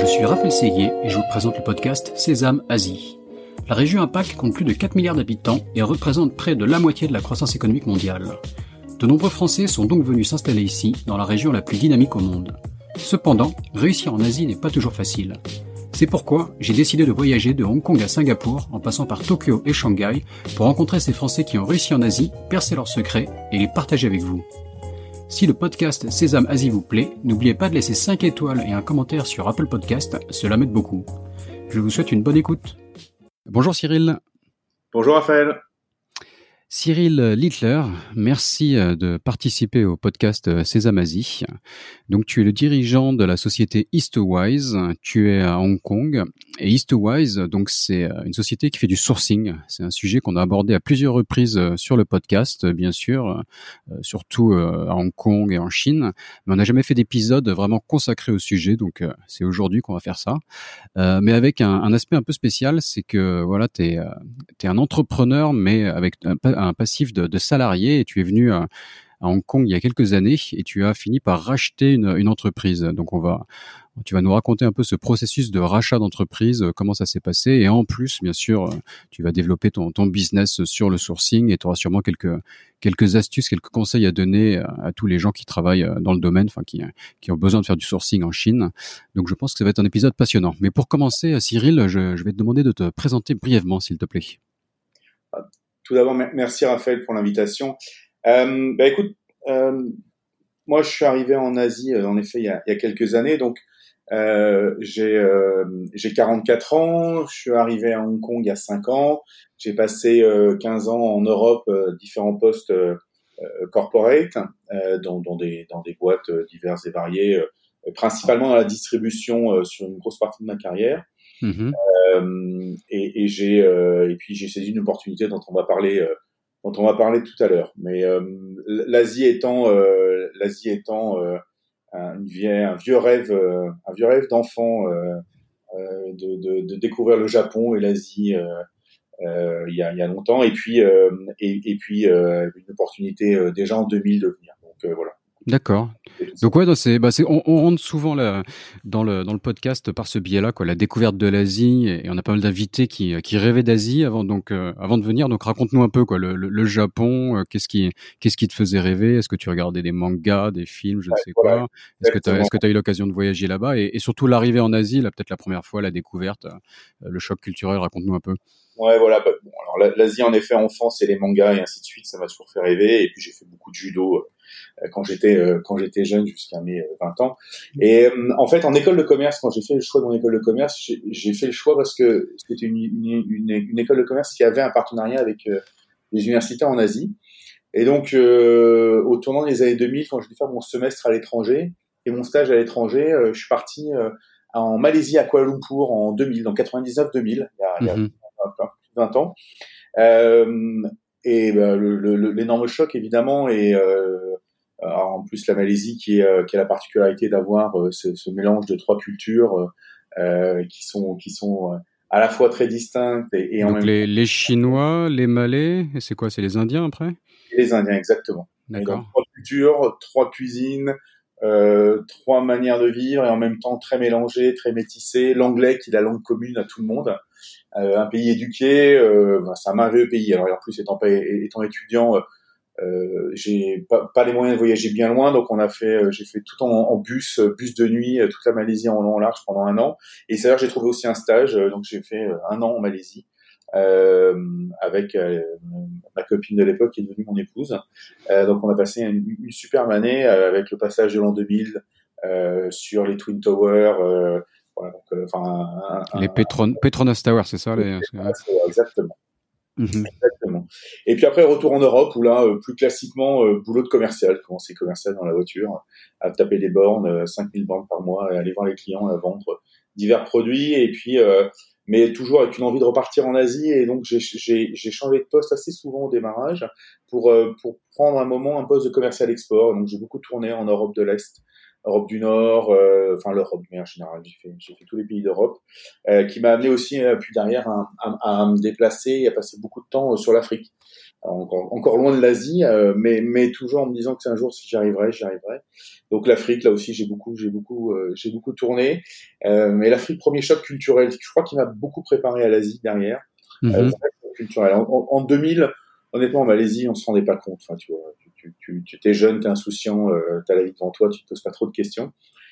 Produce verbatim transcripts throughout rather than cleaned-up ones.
suis Raphaël Séguier et je vous présente le podcast Sésame Asie. La région A PAC compte plus de quatre milliards d'habitants et représente près de la moitié de la croissance économique mondiale. De nombreux Français sont donc venus s'installer ici, dans la région la plus dynamique au monde. Cependant, réussir en Asie n'est pas toujours facile. C'est pourquoi j'ai décidé de voyager de Hong Kong à Singapour, en passant par Tokyo et Shanghai, pour rencontrer ces Français qui ont réussi en Asie, percer leurs secrets et les partager avec vous. Si le podcast Sésame Asie vous plaît, n'oubliez pas de laisser cinq étoiles et un commentaire sur Apple Podcast, cela m'aide beaucoup. Je vous souhaite une bonne écoute. Bonjour Cyril. Bonjour Raphaël. Cyril Littler, merci de participer au podcast Sésame Asie. Donc, tu es le dirigeant de la société Eastwise. Tu es à Hong Kong. Et Eastwise, donc, c'est une société qui fait du sourcing. C'est un sujet qu'on a abordé à plusieurs reprises sur le podcast, bien sûr, surtout à Hong Kong et en Chine. Mais on n'a jamais fait d'épisode vraiment consacré au sujet. Donc, c'est aujourd'hui qu'on va faire ça. Mais avec un, un aspect un peu spécial, c'est que, voilà, t'es, t'es un entrepreneur, mais avec un un passif de, de salarié, et tu es venu à, à Hong Kong il y a quelques années et tu as fini par racheter une, une entreprise. Donc on va, tu vas nous raconter un peu ce processus de rachat d'entreprise, comment ça s'est passé, et en plus, bien sûr, tu vas développer ton, ton business sur le sourcing et tu auras sûrement quelques quelques astuces, quelques conseils à donner à, à tous les gens qui travaillent dans le domaine, enfin qui qui ont besoin de faire du sourcing en Chine. Donc je pense que ça va être un épisode passionnant. Mais pour commencer, Cyril, je, je vais te demander de te présenter brièvement, s'il te plaît. Tout d'abord, merci Raphaël pour l'invitation. Euh, bah écoute, euh, moi je suis arrivé en Asie, euh, en effet, il y a, il y a quelques années. Donc, euh, j'ai, euh, j'ai quarante-quatre ans. Je suis arrivé à Hong Kong il y a cinq ans. J'ai passé euh, quinze ans en Europe, euh, différents postes euh, corporate, euh, dans, dans des dans des boîtes euh, diverses et variées, euh, principalement dans la distribution euh, sur une grosse partie de ma carrière. Mmh. Euh, et, et j'ai euh, et puis j'ai saisi une opportunité dont on va parler euh, dont on va parler tout à l'heure. Mais euh, l'Asie étant euh, l'Asie étant euh, un, vieille, un vieux rêve euh, un vieux rêve d'enfant euh, euh, de, de, de découvrir le Japon et l'Asie euh, euh, il y a il y a longtemps, et puis euh, et, et puis euh, une opportunité euh, déjà en deux mille de venir. Donc euh, voilà. D'accord. Donc ouais, c'est, bah c'est, on, on rentre souvent là, dans le dans le podcast par ce biais-là, quoi, la découverte de l'Asie, et on a pas mal d'invités qui qui rêvaient d'Asie avant donc euh, avant de venir. Donc raconte-nous un peu quoi, le, le, le Japon, euh, qu'est-ce qui qu'est-ce qui te faisait rêver? Est-ce que tu regardais des mangas, des films, je ne ouais, sais voilà, quoi? Est-ce que tu est-ce que tu as eu l'occasion de voyager là-bas, et, et surtout l'arrivée en Asie, là peut-être la première fois, la découverte, euh, le choc culturel. Raconte-nous un peu. Ouais, voilà. Bah, bon, alors l'Asie en effet, enfance, c'est les mangas et ainsi de suite, ça m'a toujours fait rêver. Et puis j'ai fait beaucoup de judo euh, quand j'étais euh, quand j'étais jeune, jusqu'à mes vingt ans. Et euh, en fait, en école de commerce, quand j'ai fait le choix de mon école de commerce, j'ai, j'ai fait le choix parce que c'était une, une, une, une école de commerce qui avait un partenariat avec euh, les universités en Asie. Et donc, euh, au tournant des années deux mille, quand je devais faire mon semestre à l'étranger et mon stage à l'étranger, euh, je suis parti euh, en Malaisie, à Kuala Lumpur, en deux mille, dans quatre-vingt-dix-neuf deux mille, il y a, mm-hmm. il y a vingt ans. Euh, et bah, le, le, l'énorme choc, évidemment, et euh, en plus la Malaisie qui, est, euh, qui a la particularité d'avoir euh, ce, ce mélange de trois cultures euh, qui sont, qui sont euh, à la fois très distinctes et, et en Donc même les, temps... les Chinois, les Malais, et c'est quoi, c'est les Indiens après? Et les Indiens, exactement. D'accord. Et donc trois cultures, trois cuisines, euh, trois manières de vivre, et en même temps très mélangées, très métissées. L'anglais qui est la langue commune à tout le monde. Euh, un pays éduqué, euh, ben, c'est un merveilleux pays. Alors en plus, étant, étant étudiant, euh, j'ai pas, pas les moyens de voyager bien loin, donc on a fait, j'ai fait tout en, en bus, bus de nuit, toute la Malaisie en long en large pendant un an. Et c'est là que j'ai trouvé aussi un stage, donc j'ai fait un an en Malaisie euh, avec euh, ma copine de l'époque qui est devenue mon épouse. Euh, donc on a passé une, une superbe année euh, avec le passage de l'an deux mille euh, sur les Twin Towers. Euh, Voilà, donc, euh, un, un, les Petron- Petronas Towers, c'est ça les... Exactement. Mm-hmm. Exactement. Et puis après, retour en Europe, où là, euh, plus classiquement, euh, boulot de commercial, commencer commercial dans la voiture, à taper des bornes, euh, cinq mille bornes par mois, et aller voir les clients, à vendre divers produits, et puis, euh, mais toujours avec une envie de repartir en Asie. Et donc, j'ai, j'ai, j'ai changé de poste assez souvent au démarrage pour, euh, pour prendre un moment un poste de commercial export. Donc, j'ai beaucoup tourné en Europe de l'Est, Europe du Nord, euh, enfin l'Europe mais en général, j'ai fait, j'ai fait tous les pays d'Europe, euh, qui m'a amené aussi, euh, puis derrière, à, à, à me déplacer et à passer beaucoup de temps euh, sur l'Afrique. encore, encore loin de l'Asie, euh, mais, mais toujours en me disant que c'est un jour, si j'y arriverai, j'y arriverai. Donc l'Afrique, là aussi, j'ai beaucoup, j'ai beaucoup, euh, j'ai beaucoup tourné. Euh, mais l'Afrique, premier choc culturel, je crois qu'il m'a beaucoup préparé à l'Asie derrière. Mm-hmm. Euh, culturel. En, en, en deux mille, honnêtement, en Malaisie, on se rendait pas compte. Enfin, tu vois, tu, tu, tu t'es jeune, t'es insouciant, euh, t'as la vie devant toi, tu te poses pas trop de questions.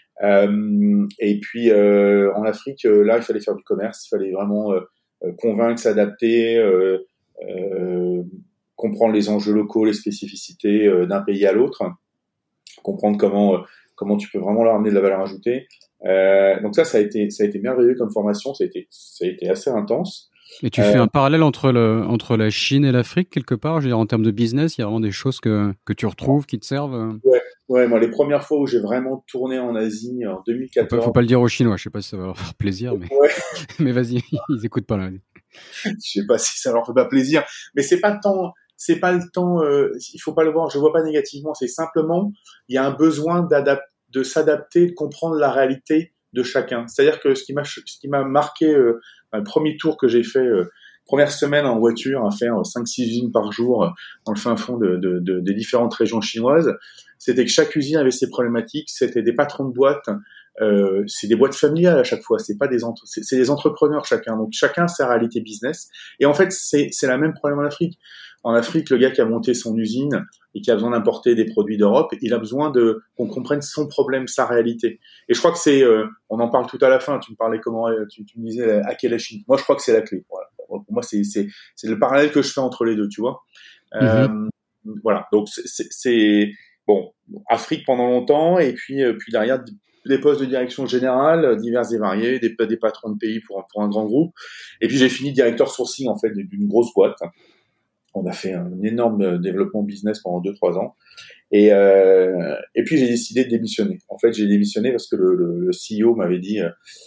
Euh, et puis euh, en Afrique, euh, là, il fallait faire du commerce, il fallait vraiment euh, convaincre, s'adapter, euh, euh, comprendre les enjeux locaux, les spécificités euh, d'un pays à l'autre, comprendre comment euh, comment tu peux vraiment leur amener de la valeur ajoutée. Euh, donc ça, ça a été ça a été merveilleux comme formation, ça a été ça a été assez intense. Et tu euh, fais un parallèle entre le entre la Chine et l'Afrique quelque part, je veux dire en termes de business, il y a vraiment des choses que que tu retrouves qui te servent. Ouais, ouais, moi les premières fois où j'ai vraiment tourné en Asie en deux mille quatorze. Faut pas, faut pas le dire aux Chinois, je sais pas si ça va leur faire plaisir, mais ouais. mais vas-y, ils écoutent pas là. Je sais pas si ça leur fait pas plaisir, mais c'est pas tant, c'est pas le temps. Euh, il faut pas le voir. Je vois pas négativement. C'est simplement il y a un besoin d'adapter, de s'adapter, de comprendre la réalité de chacun. C'est-à-dire que ce qui m'a, ce qui m'a marqué, euh, le premier tour que j'ai fait, euh, première semaine en voiture, à faire cinq six usines par jour dans le fin fond de, de, de, des différentes régions chinoises, c'était que chaque usine avait ses problématiques. C'était des patrons de boîtes. Euh, c'est des boîtes familiales à chaque fois, c'est pas des entre- c'est, c'est des entrepreneurs chacun, donc chacun sa réalité business. Et en fait, c'est c'est la même problème en Afrique. En Afrique, le gars qui a monté son usine et qui a besoin d'importer des produits d'Europe, il a besoin de qu'on comprenne son problème, sa réalité. Et je crois que c'est, euh, on en parle tout à la fin. Tu me parlais comment, tu, tu me disais à quelle Chine. Moi, je crois que c'est la clé. Voilà. Pour moi, c'est c'est c'est le parallèle que je fais entre les deux, tu vois. Euh, mm-hmm. Voilà. Donc c'est, c'est, c'est bon, Afrique pendant longtemps, et puis euh, puis derrière des postes de direction générale divers et variés, des, des patrons de pays pour un, pour un grand groupe. Et puis j'ai fini directeur sourcing en fait d'une grosse boîte. On a fait un énorme développement business pendant deux trois ans. Et euh, et puis j'ai décidé de démissionner. En fait, j'ai démissionné parce que le, le, le C E O m'avait dit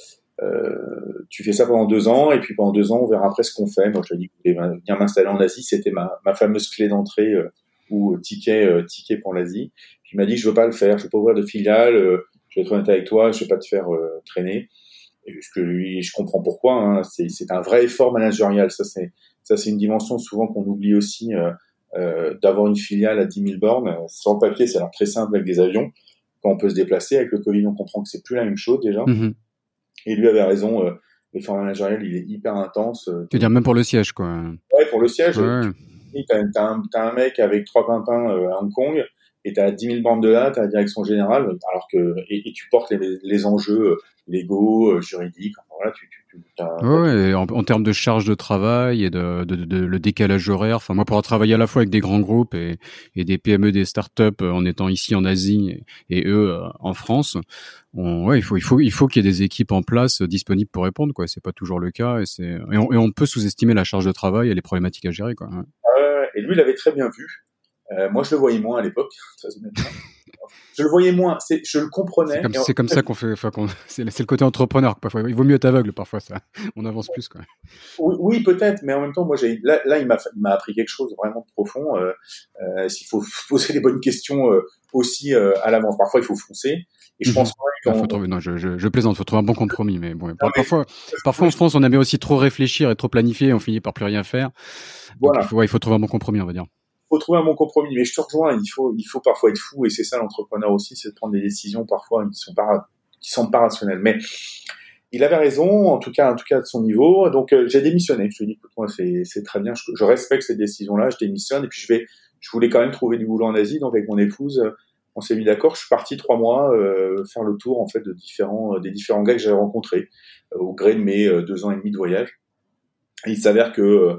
euh, tu fais ça pendant deux ans et puis pendant deux ans on verra après ce qu'on fait. Moi je lui ai dit que je voulais venir m'installer en Asie. C'était ma, ma fameuse clé d'entrée euh, ou ticket euh, ticket pour l'Asie. Puis il m'a dit je veux pas le faire, je veux pas ouvrir de filiale. Euh, je vais être honnête avec toi, je vais pas te faire euh, traîner. Et ce que lui, je comprends pourquoi. Hein, c'est, c'est un vrai effort managérial. Ça, c'est, ça, c'est une dimension souvent qu'on oublie aussi. Euh, euh, d'avoir une filiale à dix mille bornes, sans le papier, ça a l'air très simple avec des avions. Quand on peut se déplacer, avec le Covid, on comprend que c'est plus la même chose déjà. Mm-hmm. Et lui avait raison. Euh, l'effort managérial, il est hyper intense. Tu veux dire même pour le siège, quoi. Ouais, pour le siège. Ouais. Tu, t'as, t'as, un, t'as un mec avec trois pimpins euh, à Hong Kong. Et t'as dix mille bornes de là, t'as la direction générale, alors que et, et tu portes les, les enjeux légaux, euh, juridiques. Enfin, voilà, tu, tu, tu t'as, ouais, en, en termes de charge de travail et de, de, de, de le décalage horaire. Enfin, moi, pour travailler à la fois avec des grands groupes et, et des P M E, des startups, en étant ici en Asie et, et eux en France, on, ouais, il faut, il faut, il faut qu'il y ait des équipes en place disponibles pour répondre, quoi. C'est pas toujours le cas, et c'est, et on, et on peut sous-estimer la charge de travail et les problématiques à gérer, quoi. Ouais. Euh, et lui, il avait très bien vu. Euh, moi, je le voyais moins à l'époque, très honnêtement. Je le voyais moins, c'est, je le comprenais. C'est comme, c'est comme ça qu'on fait, enfin, qu'on, c'est, c'est le côté entrepreneur, parfois. Il vaut mieux être aveugle, parfois, ça. On avance plus, quoi. Oui, oui, peut-être, mais en même temps, moi, j'ai, là, là il m'a, il m'a appris quelque chose vraiment de profond. Euh, euh, s'il faut poser les bonnes questions euh, aussi euh, à l'avance. Parfois, il faut foncer. Et je mmh. pense quand faut trouver, non, je, je, je plaisante, faut trouver un bon compromis, mais bon, non, par, mais, parfois, parfois en France, on aime aussi trop réfléchir et trop planifier, et on finit par plus rien faire. Donc, voilà. il faut, ouais, il faut trouver un bon compromis, on va dire. Il faut trouver un bon compromis, mais je te rejoins. Il faut, il faut parfois être fou, et c'est ça l'entrepreneur aussi, c'est de prendre des décisions parfois qui sont pas, qui sont pas rationnelles. Mais il avait raison, en tout cas, en tout cas de son niveau. Donc euh, j'ai démissionné. Je lui ai dit, écoute, moi c'est, c'est très bien, je, je respecte cette décision-là, je démissionne, et puis je vais, je voulais quand même trouver du boulot en Asie, donc avec mon épouse, on s'est mis d'accord. Je suis parti trois mois euh, faire le tour en fait de différents, euh, des différents gars que j'avais rencontrés euh, au gré de mes euh, deux ans et demi de voyage. Et il s'avère que euh,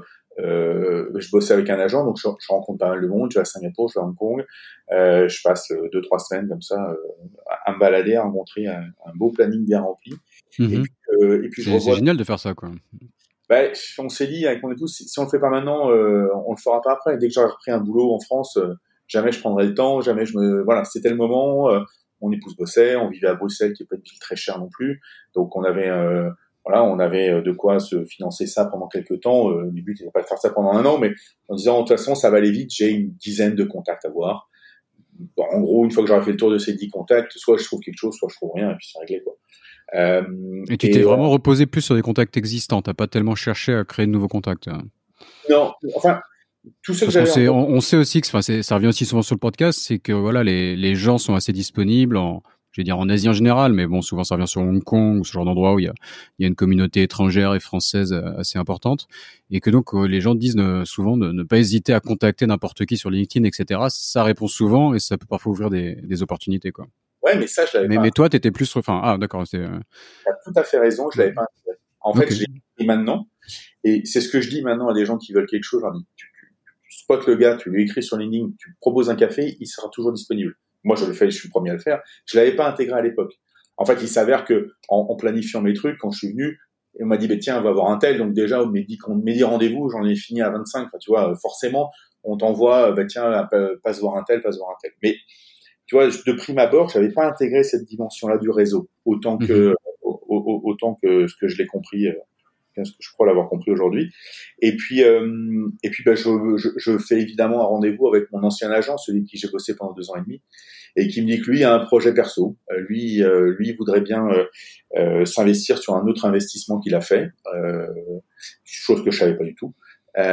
Euh, je bossais avec un agent, donc je, je rencontre pas mal de monde. Je vais à Singapour, je vais à Hong Kong, euh, je passe euh, deux trois semaines comme ça euh, à me balader, à rencontrer un, un beau planning bien rempli. Mmh. Et puis, euh, et puis c'est, je revois... c'est génial de faire ça, quoi. Bah, on s'est dit avec mon épouse, si, si on le fait pas maintenant, euh, on le fera pas après. Dès que j'aurai repris un boulot en France, euh, jamais je prendrai le temps, jamais je me, voilà, c'était le moment. Euh, mon épouse bossait, on vivait à Bruxelles, qui est pas une ville très chère non plus, donc on avait euh, Voilà, on avait de quoi se financer ça pendant quelques temps. Euh, le but n'était pas de faire ça pendant un an, mais en disant, de toute façon, ça va aller vite, j'ai une dizaine de contacts à voir. Bon, en gros, une fois que j'aurai fait le tour de ces dix contacts, soit je trouve quelque chose, soit je trouve rien, et puis c'est réglé, quoi. Euh, et tu et t'es euh, vraiment reposé plus sur des contacts existants, t'as pas tellement cherché à créer de nouveaux contacts. Non, enfin, Tous ceux que Parce qu'on j'avais sait, en on, on sait aussi que, enfin, c'est, ça revient aussi souvent sur le podcast, c'est que voilà, les, les gens sont assez disponibles en, je vais dire en Asie en général, mais bon, souvent ça revient sur Hong Kong ou ce genre d'endroit où il y a, il y a une communauté étrangère et française euh, assez importante, et que donc euh, les gens disent euh, souvent de ne pas hésiter à contacter n'importe qui sur LinkedIn, et cetera. Ça répond souvent et ça peut parfois ouvrir des, des opportunités, quoi. Ouais, mais ça, je l'avais Mais, pas. mais toi, t'étais plus, enfin, ah, d'accord, c'est, euh, Tu as tout à fait raison, je ouais. l'avais pas intégré. En fait, Ok. je l'ai pris maintenant. Et c'est ce que je dis maintenant à des gens qui veulent quelque chose. Je leur dis, tu, tu, tu spots le gars, tu lui écris sur LinkedIn, tu lui proposes un café, il sera toujours disponible. Moi, je l'ai fait, je suis le premier à le faire. Je l'avais pas intégré à l'époque. En fait, il s'avère que en, en planifiant mes trucs, quand je suis venu, on m'a dit, bah, tiens, on va voir un tel. Donc déjà, mes dix, mes dix rendez-vous, j'en ai fini à vingt-cinq. Enfin, tu vois, forcément, on t'envoie, bah, tiens, passe voir un tel, passe voir un tel. Mais tu vois, de prime abord, j'avais pas intégré cette dimension-là du réseau autant que Mm-hmm. autant que ce que je l'ai compris, euh, ce que je crois l'avoir compris aujourd'hui. Et puis, euh, et puis, bah, je, je, je fais évidemment un rendez-vous avec mon ancien agent, celui avec qui j'ai bossé pendant deux ans et demi, et qui me dit que lui a un projet perso. Euh, lui, euh, lui voudrait bien euh, euh, s'investir sur un autre investissement qu'il a fait, euh, chose que je savais pas du tout.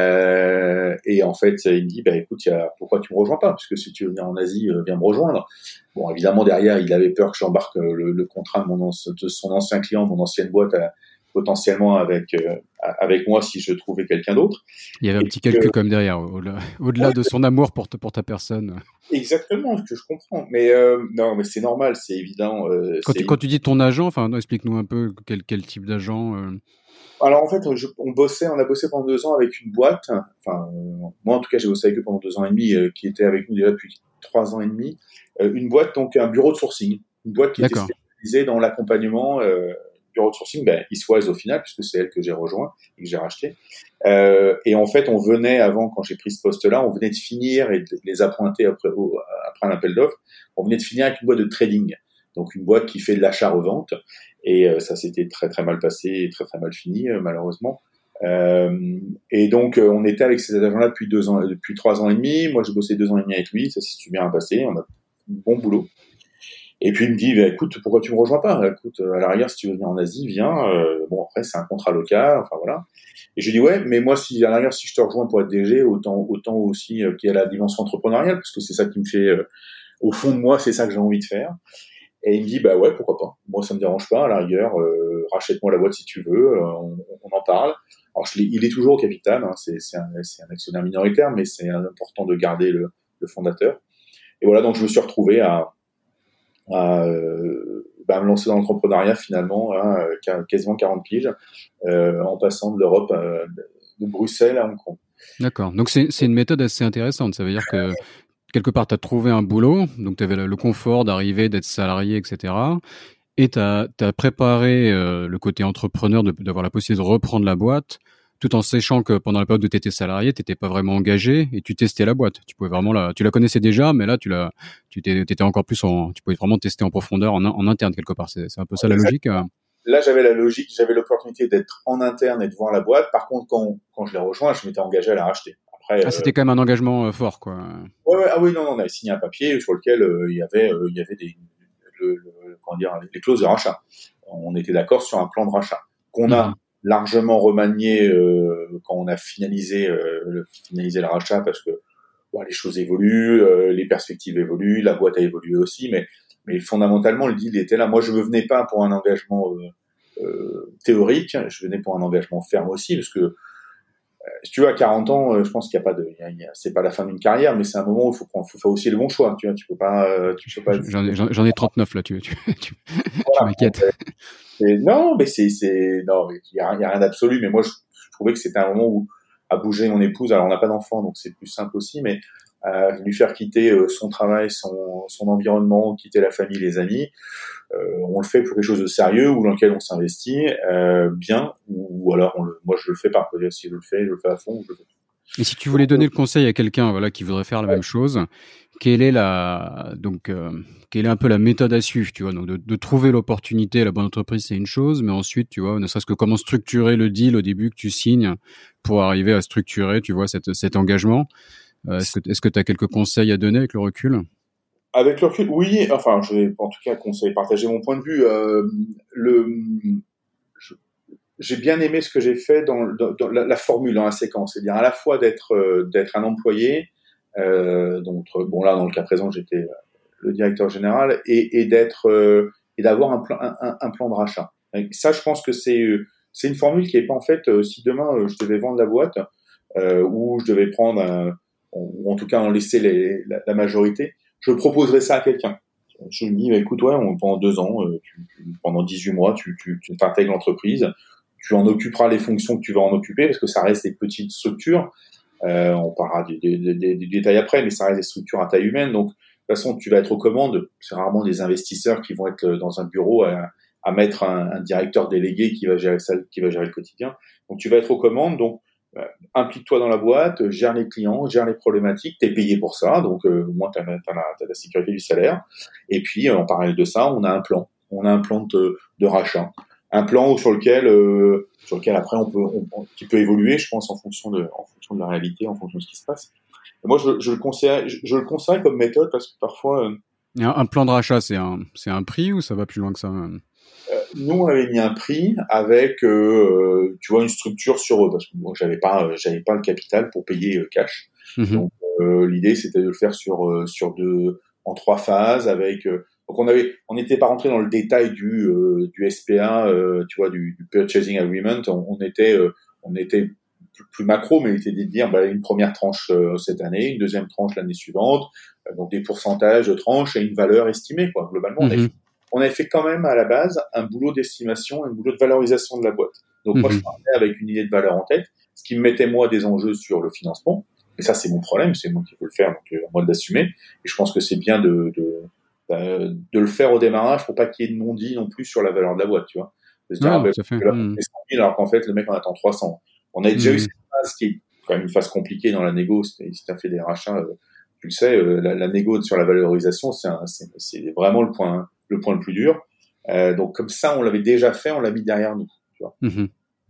Euh, et en fait, il me dit, bah écoute, y a, pourquoi tu me rejoins pas? Parce que si tu veux venir en Asie, euh, viens me rejoindre. Bon, évidemment, derrière, il avait peur que j'embarque le, le contrat de, mon, de son ancien client, mon ancienne boîte, à, potentiellement avec euh, avec moi si je trouvais quelqu'un d'autre. Il y avait un Et petit puis, calcul euh, quand même derrière, au-delà, au-delà ouais, de son amour pour, ta- pour ta personne. exactement, ce que je comprends. Mais euh, non, mais c'est normal, c'est évident. Euh, Quand c'est tu, évident. quand tu dis ton agent, enfin, non, explique-nous un peu quel, quel type d'agent. euh. Alors en fait, je, on bossait, on a bossé pendant deux ans avec une boîte. Enfin, euh, moi en tout cas, j'ai bossé avec eux pendant deux ans et demi, euh, qui était avec nous déjà depuis trois ans et demi. Euh, une boîte, donc un bureau de sourcing, une boîte qui était D'accord. spécialisée dans l'accompagnement. Euh, bureau de sourcing, ben, Eastwise au final, puisque c'est elle que j'ai rejoint et que j'ai racheté. Euh, et en fait, on venait avant, quand j'ai pris ce poste-là, on venait de finir et de les appointer après, au, après un appel d'offres. On venait de finir avec une boîte de trading, donc une boîte qui fait de l'achat-revente. Et euh, ça s'était très très mal passé et très très mal fini, euh, malheureusement. Euh, et donc, euh, on était avec ces agents-là depuis deux ans, depuis trois ans et demi. Moi, j'ai bossé deux ans et demi avec lui. Ça s'est super bien passé. On a bon boulot. Et puis il me dit, bah, écoute, pourquoi tu me rejoins pas? Écoute, à la rigueur, si tu veux venir en Asie, viens. Euh, bon, après, c'est un contrat local, enfin voilà. Et je lui dis, ouais, mais moi, si à la rigueur, si je te rejoins pour être D G, autant, autant aussi euh, qu'il y a la dimension entrepreneuriale, parce que c'est ça qui me fait, euh, au fond de moi, c'est ça que j'ai envie de faire. Et il me dit, bah ouais, pourquoi pas. Moi, ça me dérange pas, à la rigueur, euh, rachète-moi la boîte si tu veux, euh, on, on en parle. Alors, je il est toujours au capital, hein, c'est, c'est, un, c'est un actionnaire minoritaire, mais c'est important de garder le, le fondateur. Et voilà, donc je me suis retrouvé à à euh, bah, me lancer dans l'entrepreneuriat finalement, hein, quasiment quarante piges, euh, en passant de l'Europe, à, de Bruxelles à Hong Kong. D'accord. Donc c'est, c'est une méthode assez intéressante. Ça veut dire que quelque part, tu as trouvé un boulot, donc tu avais le, le confort d'arriver, d'être salarié, et cetera. Et tu as préparé euh, le côté entrepreneur, de, d'avoir la possibilité de reprendre la boîte, tout en sachant que pendant la période où tu étais salarié, tu n'étais pas vraiment engagé et tu testais la boîte. Tu pouvais vraiment la, tu la connaissais déjà, mais là, tu la, tu t'es, t'étais encore plus en, tu pouvais vraiment tester en profondeur, en, en interne quelque part. C'est, c'est un peu ça la logique. euh. Là, j'avais la logique, j'avais l'opportunité d'être en interne et de voir la boîte. Par contre, quand, quand je l'ai rejoint, je m'étais engagé à la racheter. Après, Ah, euh, c'était quand même un engagement euh, fort, quoi. ouais, ouais, ah oui, non, non, on avait signé un papier sur lequel euh, il y avait, euh, il y avait des, le, le, comment dire, les clauses de rachat. On était d'accord sur un plan de rachat qu'on a Mhm. largement remanié euh, quand on a finalisé, euh, le, finalisé le rachat parce que bon, les choses évoluent, euh, les perspectives évoluent, la boîte a évolué aussi, mais, mais fondamentalement, le deal était là. Moi, je ne venais pas pour un engagement euh, euh, théorique, je venais pour un engagement ferme aussi, parce que si tu veux, à quarante ans, euh, je pense qu'il n'y a pas de, y a, y a, c'est pas la fin d'une carrière, mais c'est un moment où il faut prendre, faut faire aussi le bon choix. Tu vois, tu peux pas, euh, tu peux pas. J'en ai, j'en ai trente-neuf là, tu, tu, tu, tu Voilà. Donc, m'inquiètes. euh, et non, mais c'est, c'est, non, il y a, y a rien d'absolu. Mais moi, je, je trouvais que c'était un moment où à bouger mon épouse. Alors, on n'a pas d'enfant, donc c'est plus simple aussi, mais euh, lui faire quitter euh, son travail, son, son environnement, quitter la famille, les amis. Euh, on le fait pour quelque chose de sérieux ou dans lequel on s'investit euh, bien, ou, ou alors on le, moi je le fais pas. Si je le fais, je le fais à fond. Je le fais. Et si tu voulais donner le conseil à quelqu'un, voilà, qui voudrait faire la Ouais. même chose, quelle est la, donc, euh, quelle est un peu la méthode à suivre, tu vois, donc de, de trouver l'opportunité, la bonne entreprise, c'est une chose, mais ensuite, tu vois, ne serait-ce que comment structurer le deal au début que tu signes pour arriver à structurer, tu vois, cette, cet engagement. Euh, est-ce que, est-ce que tu as quelques conseils à donner avec le recul? Avec le recul, oui. Enfin, je vais en tout cas conseiller, partager mon point de vue. Euh, le, je, j'ai bien aimé ce que j'ai fait dans, dans, dans la, la formule, dans la séquence, c'est-à-dire à la fois d'être euh, d'être un employé, euh, donc bon là dans le cas présent j'étais le directeur général, et, et d'être euh, et d'avoir un plan un, un plan de rachat. Et ça, je pense que c'est c'est une formule qui est pas en fait euh, si demain euh, je devais vendre la boîte euh, ou je devais prendre un, ou en tout cas en laisser les, la, la majorité, je proposerais ça à quelqu'un. Je me dis, bah, écoute, ouais, on, pendant deux ans, euh, tu, tu, pendant dix-huit mois, tu, tu, tu intègres l'entreprise, tu en occuperas les fonctions que tu vas en occuper, parce que ça reste des petites structures. Euh, on parlera du, du, du, du détail après, mais ça reste des structures à taille humaine. Donc, de toute façon, tu vas être aux commandes. C'est rarement des investisseurs qui vont être dans un bureau à, à mettre un, un directeur délégué qui va gérer ça, qui va gérer le quotidien. Donc, tu vas être aux commandes. Donc, euh, implique-toi dans la boîte, gère les clients, gère les problématiques. T'es payé pour ça, donc euh, au moins t'as, t'as, la, t'as la sécurité du salaire. Et puis, euh, en parallèle de ça, on a un plan. On a un plan de, de rachat. Un plan sur lequel, euh, sur lequel après on peut, on, on, qui peut évoluer, je pense, en fonction de, en fonction de la réalité, en fonction de ce qui se passe. Et moi, je, je le conseille, je, je le conseille comme méthode parce que parfois. Euh, un, un plan de rachat, c'est un, c'est un prix ou ça va plus loin que ça? Euh, nous, on avait mis un prix avec, euh, tu vois, une structure sur eux, parce que moi, j'avais pas, euh, j'avais pas le capital pour payer euh, cash. Mm-hmm. Donc, euh, l'idée, c'était de le faire sur, euh, sur deux, en trois phases, avec. Euh, donc, on avait, on n'était pas rentré dans le détail du, euh, du S P A, euh, tu vois, du, du purchasing agreement. On, on était, euh, on était plus, plus macro, mais il était de dire, bah, une première tranche euh, cette année, une deuxième tranche l'année suivante, euh, donc des pourcentages de tranches et une valeur estimée, quoi. Globalement, mm-hmm. on avait on avait fait quand même à la base un boulot d'estimation, un boulot de valorisation de la boîte. Donc mmh. moi, je partais avec une idée de valeur en tête, ce qui me mettait moi des enjeux sur le financement. Et ça, c'est mon problème, c'est moi qui peux le faire, donc euh, moi de l'assumer. Et je pense que c'est bien de, de, de, de le faire au démarrage pour pas qu'il y ait de non-dit non plus sur la valeur de la boîte, tu vois. De se dire, ah, ben, là, on fait cent mille, alors qu'en fait, le mec en attend trois cents. On a déjà mmh. eu cette phase qui est quand même une phase compliquée dans la négo, si tu as fait des rachats, euh, tu le sais, euh, la, la négo sur la valorisation, c'est, un, c'est, c'est vraiment le point le point le plus dur. Euh, donc comme ça, on l'avait déjà fait, on l'a mis derrière nous. Tu vois. Mmh.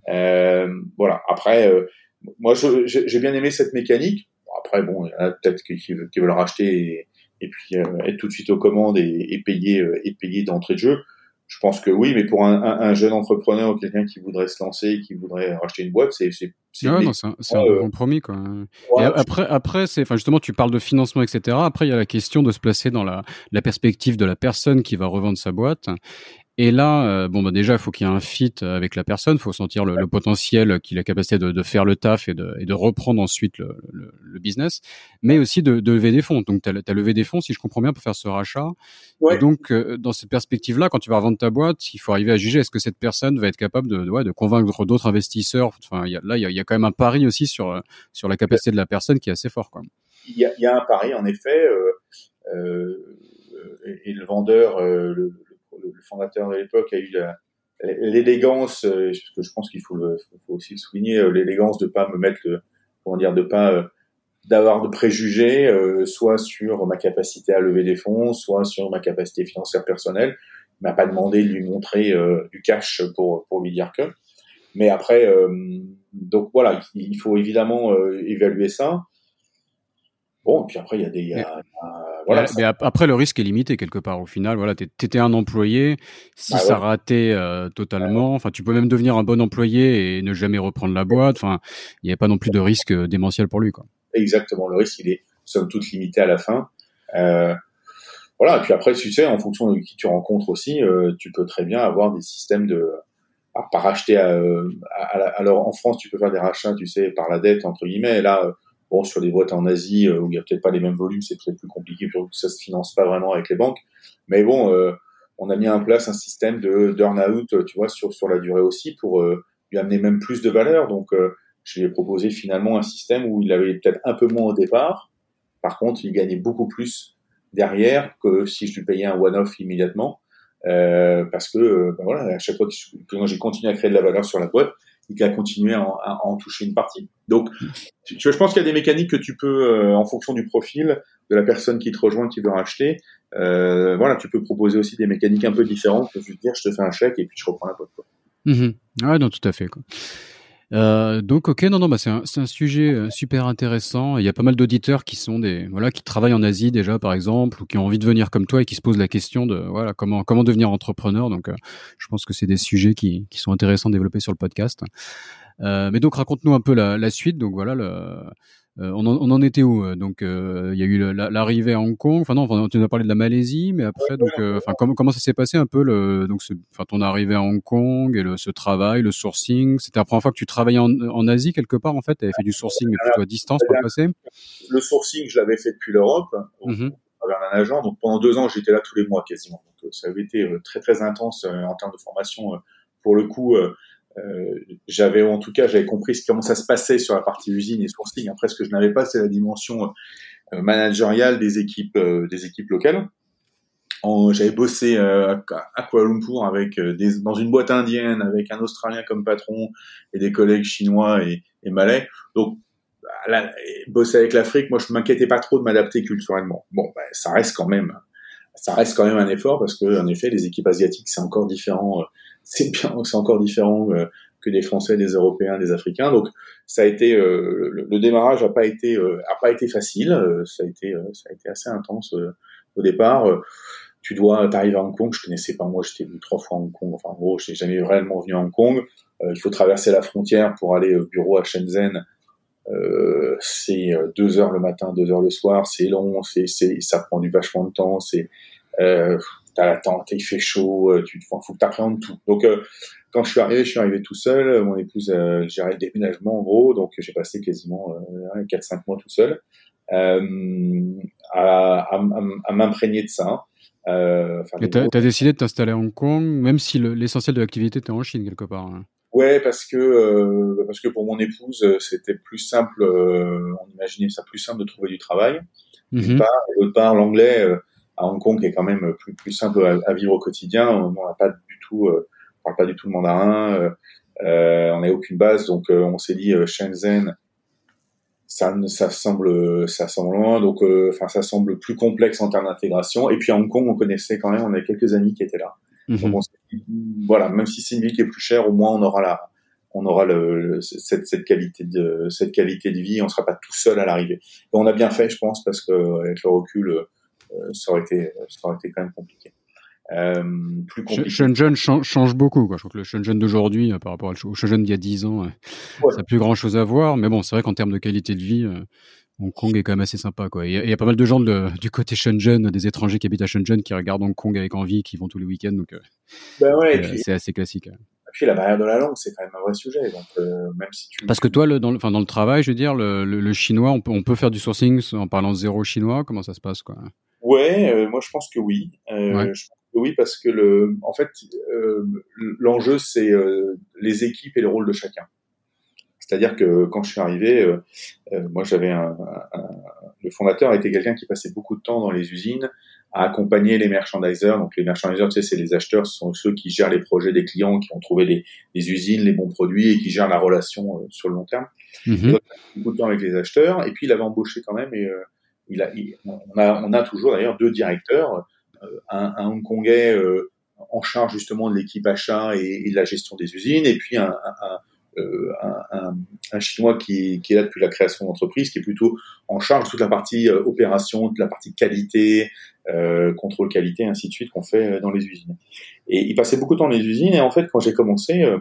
Euh, voilà. Après, euh, moi, je, j'ai bien aimé cette mécanique. Bon, après, bon, il y en a peut-être qui, qui veulent racheter et, et puis euh, être tout de suite aux commandes et, et payer euh, et payer d'entrée de jeu. Je pense que oui, mais pour un, un, un jeune entrepreneur ou quelqu'un qui voudrait se lancer, qui voudrait racheter une boîte, c'est c'est c'est, ouais, non, c'est un, c'est un euh, bon compromis, quoi. Ouais, et après, je... après, c'est, enfin, justement, tu parles de financement, et cetera. Après, il y a la question de se placer dans la, la perspective de la personne qui va revendre sa boîte. Et là, euh, bon, bah déjà, il faut qu'il y ait un fit avec la personne. Il faut sentir le, le potentiel, qu'il a la capacité de, de faire le taf et de, et de reprendre ensuite le, le, le business, mais aussi de, de lever des fonds. Donc, tu as levé des fonds, si je comprends bien, pour faire ce rachat. Ouais. Et donc, euh, dans cette perspective-là, quand tu vas revendre ta boîte, il faut arriver à juger est-ce que cette personne va être capable de, de, ouais, de convaincre d'autres investisseurs. Enfin, y a, là, il y a, y a quand même un pari aussi sur sur la capacité de la personne qui est assez fort, quoi. Il y a, il y a un pari, en effet, euh, euh, et, et le vendeur. Euh, le, le fondateur de l'époque a eu la, l'élégance, euh, parce que je pense qu'il faut, le, faut aussi le souligner, euh, l'élégance de pas me mettre, le, comment dire, de pas euh, d'avoir de préjugés, euh, soit sur ma capacité à lever des fonds, soit sur ma capacité financière personnelle. Il m'a pas demandé de lui montrer euh, du cash pour pour lui dire que. Mais après, euh, donc voilà, il faut évidemment euh, évaluer ça. Bon, et puis après, il y a des... Il y a, il y a, voilà, mais, mais après, le risque est limité quelque part. Au final, voilà, t'étais un employé. Si bah, ça ouais. ratait euh, totalement, enfin, ouais. tu peux même devenir un bon employé et ne jamais reprendre la boîte. Enfin, il n'y avait pas non plus de risque démentiel pour lui, quoi. Exactement. Le risque, il est somme toute limité à la fin. Euh, voilà. Et puis après, tu sais, en fonction de qui tu rencontres aussi, euh, tu peux très bien avoir des systèmes de... Alors, pas racheter à, à, à, alors en France, tu peux faire des rachats, tu sais, par la dette, entre guillemets. Et là, bon, sur des boîtes en Asie euh, où il y a peut-être pas les mêmes volumes, c'est peut-être plus compliqué, puis ça se finance pas vraiment avec les banques. Mais bon, euh, on a mis en place un système de d'earn-out, tu vois, sur sur la durée aussi, pour euh, lui amener même plus de valeur. Donc, euh, je lui ai proposé finalement un système où il avait peut-être un peu moins au départ. Par contre, il gagnait beaucoup plus derrière que si je lui payais un one-off immédiatement. Euh, parce que euh, ben voilà, à chaque fois que, je, que moi j'ai continué à créer de la valeur sur la boîte, il a continué à en, à en toucher une partie. Donc, tu, tu vois, je pense qu'il y a des mécaniques que tu peux, euh, en fonction du profil de la personne qui te rejoint, qui veut racheter, euh, voilà, tu peux proposer aussi des mécaniques un peu différentes que je veux dire, je te fais un chèque et puis je reprends la boîte, quoi. Mmh. Ouais, non, tout à fait, quoi. Euh, donc ok, non non, bah c'est un c'est un sujet euh, super intéressant. Il y a pas mal d'auditeurs qui sont des voilà qui travaillent en Asie déjà par exemple ou qui ont envie de venir comme toi et qui se posent la question de voilà comment comment devenir entrepreneur. Donc euh, je pense que c'est des sujets qui qui sont intéressants à développer sur le podcast. Euh, mais donc raconte-nous un peu la la suite. Donc voilà le euh, on, en, on en était où? Donc, euh, il y a eu la- l'arrivée à Hong Kong. Enfin non, enfin, tu nous as parlé de la Malaisie, mais après, donc, euh, enfin, comment comment ça s'est passé un peu le, donc, ce, enfin, ton arrivée à Hong Kong et le, ce travail, le sourcing. C'était la première fois que tu travaillais en, en Asie quelque part en fait. Tu avais fait du sourcing, mais plutôt à distance par le passé. Le sourcing, je l'avais fait depuis l'Europe, au, Mm-hmm. au travers d'un agent. Donc pendant deux ans, j'étais là tous les mois quasiment. Donc ça avait été euh, très très intense euh, en termes de formation. Euh, pour le coup, euh, euh, j'avais en tout cas j'avais compris comment ça se passait sur la partie usine et sourcing. Après, ce que je n'avais pas, c'est la dimension euh, managériale des équipes euh, des équipes locales. En, j'avais bossé euh, à Kuala Lumpur avec euh, des, dans une boîte indienne avec un Australien comme patron et des collègues chinois et, et malais. Donc là, bosser avec l'Afrique, moi je m'inquiétais pas trop de m'adapter culturellement. Bon, ben, ça reste quand même, ça reste quand même un effort parce que en effet, les équipes asiatiques c'est encore différent, euh, c'est bien, c'est encore différent euh, que des Français, des Européens, des Africains. Donc ça a été, euh, le, le démarrage a pas été, euh, a pas été facile. Euh, ça a été, euh, ça a été assez intense euh, au départ. Euh, tu dois, t'arrives à Hong Kong, je connaissais pas moi, j'étais venu trois fois à Hong Kong. Enfin en gros, je n'ai jamais réellement venu à Hong Kong. Euh, il faut traverser la frontière pour aller au bureau à Shenzhen. Euh, c'est deux heures le matin, deux heures le soir, c'est long, c'est, c'est, ça prend du vachement de temps, c'est, euh, t'as l'attente, il fait chaud, tu, faut, faut que t'appréhendes tout. Donc, euh, quand je suis arrivé, je suis arrivé tout seul, mon épouse euh, gérait le déménagement en gros, donc j'ai passé quasiment euh, quatre cinq mois tout seul, euh, à, à, à m'imprégner de ça. Euh, Et t'as, t'as décidé de t'installer à Hong Kong, même si le, l'essentiel de l'activité était en Chine quelque part. Hein. Ouais, parce que euh, parce que pour mon épouse, c'était plus simple. Euh, on imaginait ça plus simple de trouver du travail, d'une Mm-hmm. part, et d'autre part, l'anglais euh, à Hong Kong est quand même plus plus simple à, à vivre au quotidien. On n'a pas du tout, euh, on parle pas du tout le mandarin. Euh, euh, on n'a aucune base, donc euh, on s'est dit euh, Shenzhen, ça ça semble ça semble loin, donc enfin euh, ça semble plus complexe en termes d'intégration. Et puis à Hong Kong, on connaissait quand même, on avait quelques amis qui étaient là. Mm-hmm. Donc on s'est dit, voilà, même si c'est une ville qui est plus chère, au moins on aura la, on aura le, le cette, cette qualité de cette qualité de vie, on sera pas tout seul à l'arrivée. Et on a bien fait, je pense, parce que avec le recul, euh, ça aurait été ça aurait été quand même compliqué. Euh, plus compliqué. Shenzhen change, change beaucoup, quoi. Je trouve que le Shenzhen d'aujourd'hui, euh, par rapport au Shenzhen d'il y a dix ans, euh, ouais. ça n'a plus grand chose à voir. Mais bon, c'est vrai qu'en termes de qualité de vie, euh, Hong Kong est quand même assez sympa, quoi. Il y, y a pas mal de gens de, du côté Shenzhen, des étrangers qui habitent à Shenzhen, qui regardent Hong Kong avec envie, qui vont tous les week-ends. Donc, euh, ben ouais, c'est, et puis, c'est assez classique. Et puis la barrière de la langue, c'est quand même un vrai sujet. Donc euh, même si tu parce que toi, le, dans, le, enfin, dans le travail, je veux dire, le, le, le chinois, on peut, on peut faire du sourcing en parlant zéro chinois. Comment ça se passe, quoi? Ouais, euh, moi je pense que oui. Euh, Ouais. je pense que oui parce que le, en fait, euh, l'enjeu c'est euh, les équipes et le rôle de chacun. C'est-à-dire que quand je suis arrivé, euh, euh, moi j'avais un, un, un, le fondateur était quelqu'un qui passait beaucoup de temps dans les usines à accompagner les merchandisers. Donc les merchandisers, tu sais, c'est les acheteurs, ce sont ceux qui gèrent les projets des clients, qui ont trouvé les, les usines, les bons produits et qui gèrent la relation euh, sur le long terme. Mm-hmm. Et donc, beaucoup de temps avec les acheteurs. Et puis il avait embauché quand même. Et euh, il a, il, on a, on a toujours d'ailleurs deux directeurs, euh, un, un Hongkongais euh, en charge justement de l'équipe achat et, et de la gestion des usines, et puis un, un Euh, un, un, un Chinois qui, qui est là depuis la création d'entreprise, qui est plutôt en charge de toute la partie euh, opération, de la partie qualité, euh, contrôle qualité, ainsi de suite, qu'on fait euh, dans les usines. Et il passait beaucoup de temps dans les usines, et en fait, quand j'ai commencé, euh,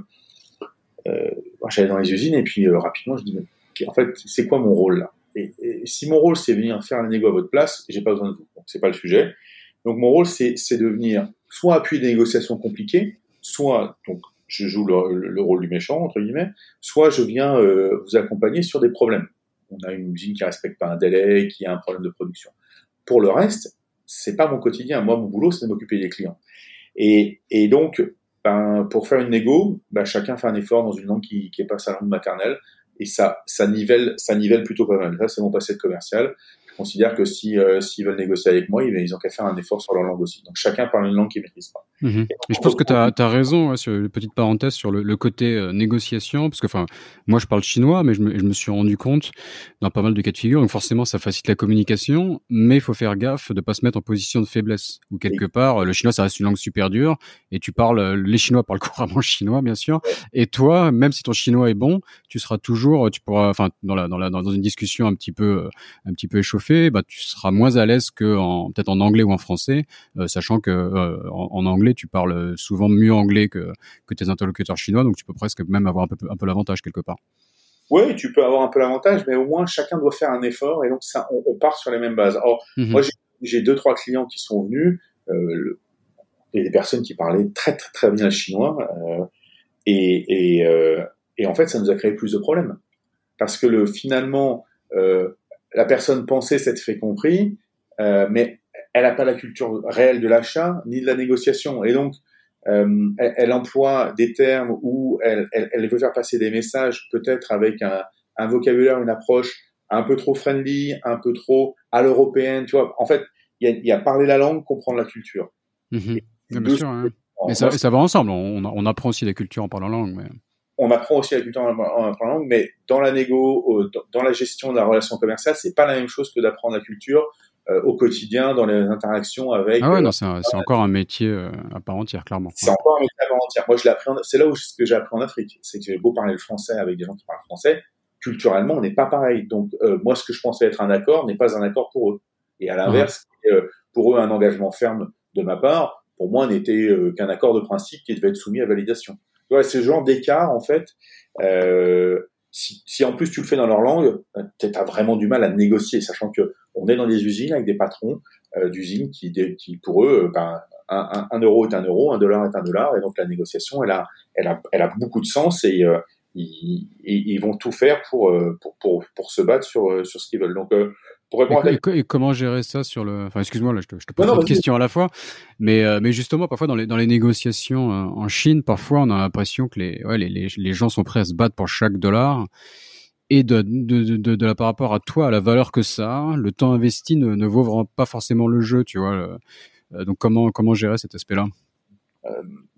euh, j'allais dans les usines, et puis euh, rapidement, je dis, mais, en fait, c'est quoi mon rôle là et, et si mon rôle, c'est venir faire la négo à votre place, j'ai pas besoin de vous. Donc, c'est pas le sujet. Donc, mon rôle, c'est, c'est de venir soit appuyer des négociations compliquées, soit, donc, je joue le, le rôle du méchant, entre guillemets, soit je viens euh, vous accompagner sur des problèmes. On a une usine qui respecte pas un délai, qui a un problème de production. Pour le reste, c'est pas mon quotidien. Moi, mon boulot, c'est de m'occuper des clients. Et, et donc, ben, pour faire une négo, ben, chacun fait un effort dans une langue qui, qui est pas sa langue maternelle, et ça, ça nivelle, ça nivelle plutôt pas mal. Ça, c'est mon passé de commercial. considère que si euh, s'ils veulent négocier avec moi, ils, ils ont qu'à faire un effort sur leur langue aussi. Donc chacun parle une langue qu'ils maîtrisent pas. Mmh. Et, et je pense que tu as raison, ouais, sur une petite parenthèse sur le, le côté euh, négociation, parce que enfin, moi je parle chinois, mais je me, je me suis rendu compte dans pas mal de cas de figure, donc forcément ça facilite la communication, mais il faut faire gaffe de pas se mettre en position de faiblesse, ou quelque oui. part le chinois ça reste une langue super dure, et tu parles, les Chinois parlent couramment chinois bien sûr, ouais. Et toi, même si ton chinois est bon, tu seras toujours, tu pourras, enfin dans la dans la dans une discussion un petit peu un petit peu échauffée, bah tu seras moins à l'aise que en, peut-être en anglais ou en français, euh, sachant que euh, en, en anglais tu parles souvent mieux anglais que, que tes interlocuteurs chinois, donc tu peux presque même avoir un peu, un peu l'avantage quelque part. Oui, tu peux avoir un peu l'avantage, mais au moins chacun doit faire un effort et donc ça, on, on part sur les mêmes bases. Alors, mm-hmm. moi, j'ai, j'ai deux, trois clients qui sont venus, euh, le, et des personnes qui parlaient très, très, très bien le chinois, euh, et, et, euh, et en fait, ça nous a créé plus de problèmes. Parce que le, finalement, euh, la personne pensait s'être fait compris, euh, mais elle n'a pas la culture réelle de l'achat ni de la négociation. Et donc, euh, elle, elle emploie des termes où elle, elle, elle veut faire passer des messages peut-être avec un, un vocabulaire, une approche un peu trop friendly, un peu trop à l'européenne. Tu vois, en fait, il y a, y a parler la langue, comprendre la culture. Mmh. Bien, bien sûr. Hein. Mais ça, moi, ça va ensemble. On, on apprend aussi la culture en parlant langue. Mais... On apprend aussi la culture en parlant langue, mais dans la négo, dans la gestion de la relation commerciale, c'est pas la même chose que d'apprendre la culture euh, au quotidien, dans les interactions avec. Ah ouais, euh, non, c'est, un, c'est encore un métier euh, à part entière, clairement. C'est ouais. encore un métier à part entière. Moi, je l'ai appris. En, c'est là où ce que j'ai appris en Afrique, c'est que j'ai beau parler le français avec des gens qui parlent français, culturellement, on n'est pas pareil. Donc, euh, moi, ce que je pensais être un accord n'est pas un accord pour eux. Et à l'inverse, ah. euh, pour eux, un engagement ferme de ma part, pour moi, n'était euh, qu'un accord de principe qui devait être soumis à validation. Ouais, ce genre d'écart, en fait, euh, si, si en plus tu le fais dans leur langue, t'as vraiment du mal à négocier, sachant que on est dans des usines avec des patrons euh, d'usines qui, qui, pour eux, ben, un, un, un euro est un euro, un dollar est un dollar, et donc la négociation, elle a, elle a, elle a beaucoup de sens et euh, ils, ils vont tout faire pour, pour, pour, pour se battre sur, sur ce qu'ils veulent. Donc, euh, pour répondre et, à ta... et, et comment gérer ça sur le... Enfin, excuse-moi, là, je te, je te pose une question à la fois. Mais, euh, mais justement, parfois, dans les, dans les négociations euh, en Chine, parfois, on a l'impression que les, ouais, les, les, les gens sont prêts à se battre pour chaque dollar. Et de, de, de, de, de la, par rapport à toi, à la valeur que ça a, le temps investi ne, ne vaut pas forcément le jeu, tu vois. Le, euh, donc, comment, comment gérer cet aspect-là? euh,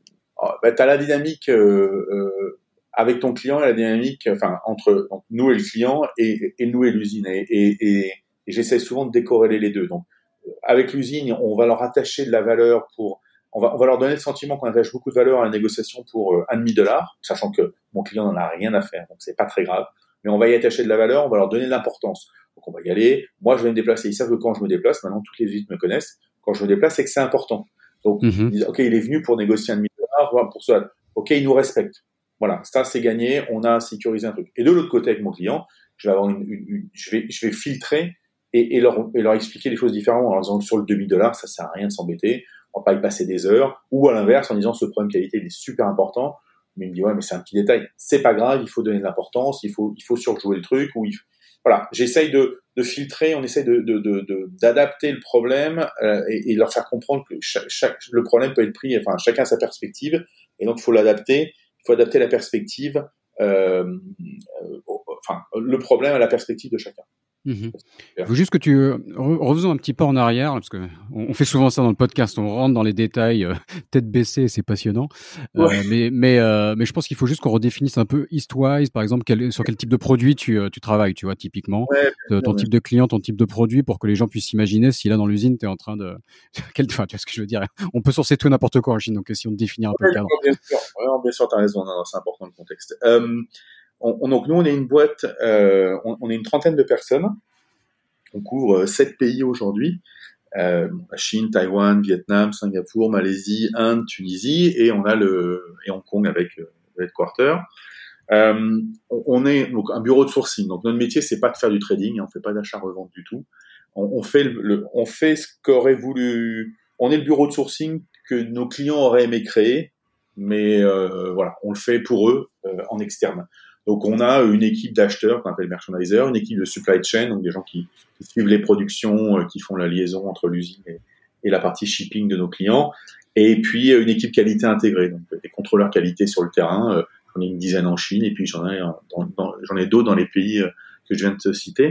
bah, tu as la dynamique... Euh, euh... avec ton client, la dynamique, enfin entre donc, nous et le client et, et nous et l'usine. Et, et, et, et j'essaie souvent de décorréler les deux. Donc, avec l'usine, on va leur attacher de la valeur pour, on va, on va leur donner le sentiment qu'on attache beaucoup de valeur à la négociation pour euh, un demi dollar, sachant que mon client n'en a rien à faire, donc c'est pas très grave. Mais on va y attacher de la valeur, on va leur donner de l'importance. Donc on va y aller. Moi, je vais me déplacer. Ils savent que quand je me déplace, maintenant toutes les usines me connaissent. Quand je me déplace, c'est que c'est important. Donc mm-hmm. ils disent, ok, il est venu pour négocier un demi dollar, pour ça. Ok, il nous respecte. Voilà, ça c'est gagné, on a sécurisé un truc. Et de l'autre côté avec mon client, je vais avoir une, une, une je vais, je vais filtrer et, et leur, et leur expliquer les choses différemment en leur disant que sur le demi-dollar, ça sert à rien de s'embêter, on va pas y passer des heures, ou à l'inverse en disant ce problème qualité il est super important, mais il me dit ouais mais c'est un petit détail, c'est pas grave, il faut donner de l'importance, il faut, il faut surjouer le truc, ou il faut... voilà, j'essaye de, de filtrer, on essaye de, de, de, de d'adapter le problème euh, et, et leur faire comprendre que chaque, chaque, le problème peut être pris, enfin chacun a sa perspective, et donc il faut l'adapter. Il faut adapter la perspective, euh, euh, enfin, le problème à la perspective de chacun. Mmh. Il faut juste que tu euh, refaisons un petit pas en arrière, parce que on fait souvent ça dans le podcast, on rentre dans les détails, euh, tête baissée, c'est passionnant. Ouais. Euh, mais mais euh, mais je pense qu'il faut juste qu'on redéfinisse un peu Eastwise, par exemple, quel, sur quel type de produit tu tu travailles, tu vois, typiquement, ouais, de, ton ouais. type de client, ton type de produit, pour que les gens puissent imaginer si là dans l'usine t'es en train de, quel, enfin, tu vois ce que je veux dire. On peut sourcer tout et n'importe quoi en Chine, donc si on définit un ouais, peu le cadre. Bien sûr, ouais, bien sûr, t'as raison, non, non, c'est important le contexte. Euh, on, on, donc nous, on est une boîte, euh, on, on est une trentaine de personnes. On couvre sept pays aujourd'hui. Euh, Chine, Taïwan, Vietnam, Singapour, Malaisie, Inde, Tunisie, et on a le et Hong Kong avec euh, le headquarter. Euh, on est donc un bureau de sourcing. Donc notre métier, c'est pas de faire du trading, on fait pas d'achat-revente du tout. On, on fait le, le, on fait ce qu'aurait voulu. On est le bureau de sourcing que nos clients auraient aimé créer, mais euh, voilà, on le fait pour eux euh, en externe. Donc on a une équipe d'acheteurs qu'on appelle merchandiser, une équipe de supply chain, donc des gens qui, qui suivent les productions, euh, qui font la liaison entre l'usine et, et la partie shipping de nos clients, et puis euh, une équipe qualité intégrée, donc des contrôleurs qualité sur le terrain. Euh, j'en ai une dizaine en Chine, et puis j'en ai dans, dans, j'en ai d'autres dans les pays euh, que je viens de te citer.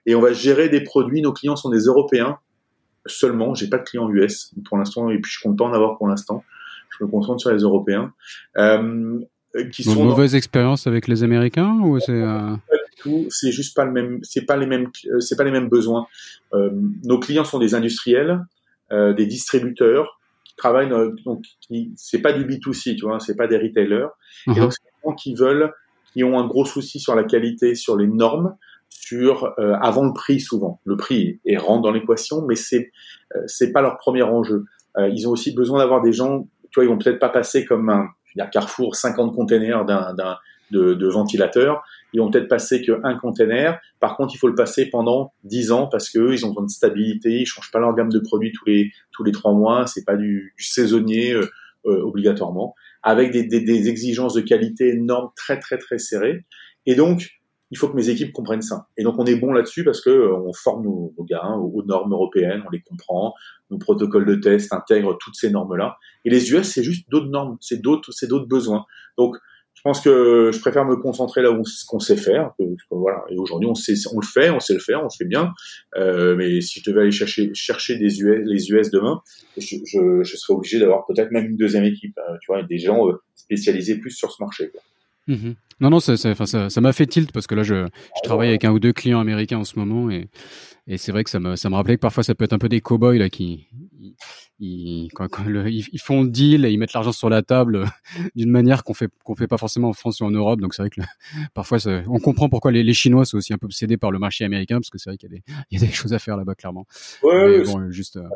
et on va gérer des produits. Nos clients sont des Européens seulement. J'ai pas de clients U S pour l'instant, et puis je compte pas en avoir pour l'instant. Je me concentre sur les Européens. Euh, qui Une sont mauvaise dans... expérience avec les Américains ou c'est euh... tout, c'est juste pas le même, c'est pas les mêmes, c'est pas les mêmes besoins. Euh, nos clients sont des industriels, euh, des distributeurs qui travaillent, dans, donc qui, c'est pas du B deux C, tu vois, c'est pas des retailers. Uh-huh. Et donc c'est des gens qui veulent, qui ont un gros souci sur la qualité, sur les normes, sur euh, avant le prix souvent. Le prix est rentre dans l'équation, mais c'est euh, c'est pas leur premier enjeu. Euh, ils ont aussi besoin d'avoir des gens, tu vois, ils vont peut-être pas passer comme un, il y a Carrefour, cinquante containers d'un, d'un de, de ventilateurs. Ils vont peut-être passer qu'un container. Par contre, il faut le passer pendant dix ans parce qu'eux, ils ont besoin de stabilité. Ils changent pas leur gamme de produits tous les tous les trois mois. C'est pas du, du saisonnier euh, euh, obligatoirement, avec des, des, des exigences de qualité énormes, très très très serrées. Et donc, il faut que mes équipes comprennent ça. Et donc, on est bon là-dessus parce que euh, on forme nos, nos gars hein, aux normes européennes, on les comprend. Nos protocoles de test intègrent toutes ces normes-là. Et les U S, c'est juste d'autres normes, c'est d'autres, c'est d'autres besoins. Donc, je pense que je préfère me concentrer là où on, qu'on sait faire. Que, que, voilà. Et aujourd'hui, on sait, on le fait, on sait le faire, on le fait bien. Euh, mais si je devais aller chercher, chercher des U S, les U S demain, je, je, je serais obligé d'avoir peut-être même une deuxième équipe, euh, tu vois, des gens euh, spécialisés plus sur ce marché, quoi. Mmh. Non, non, ça, ça, ça, ça m'a fait tilt parce que là, je, je travaille avec un ou deux clients américains en ce moment et, et c'est vrai que ça me, ça me rappelait que parfois ça peut être un peu des cow-boys là qui, ils, ils, quand, quand le, ils, ils font le deal et ils mettent l'argent sur la table d'une manière qu'on fait, qu'on fait pas forcément en France ou en Europe. Donc c'est vrai que le, parfois ça, on comprend pourquoi les, les Chinois sont aussi un peu obsédés par le marché américain parce que c'est vrai qu'il y a des, il y a des choses à faire là-bas clairement. Ouais, mais bon, juste. Euh,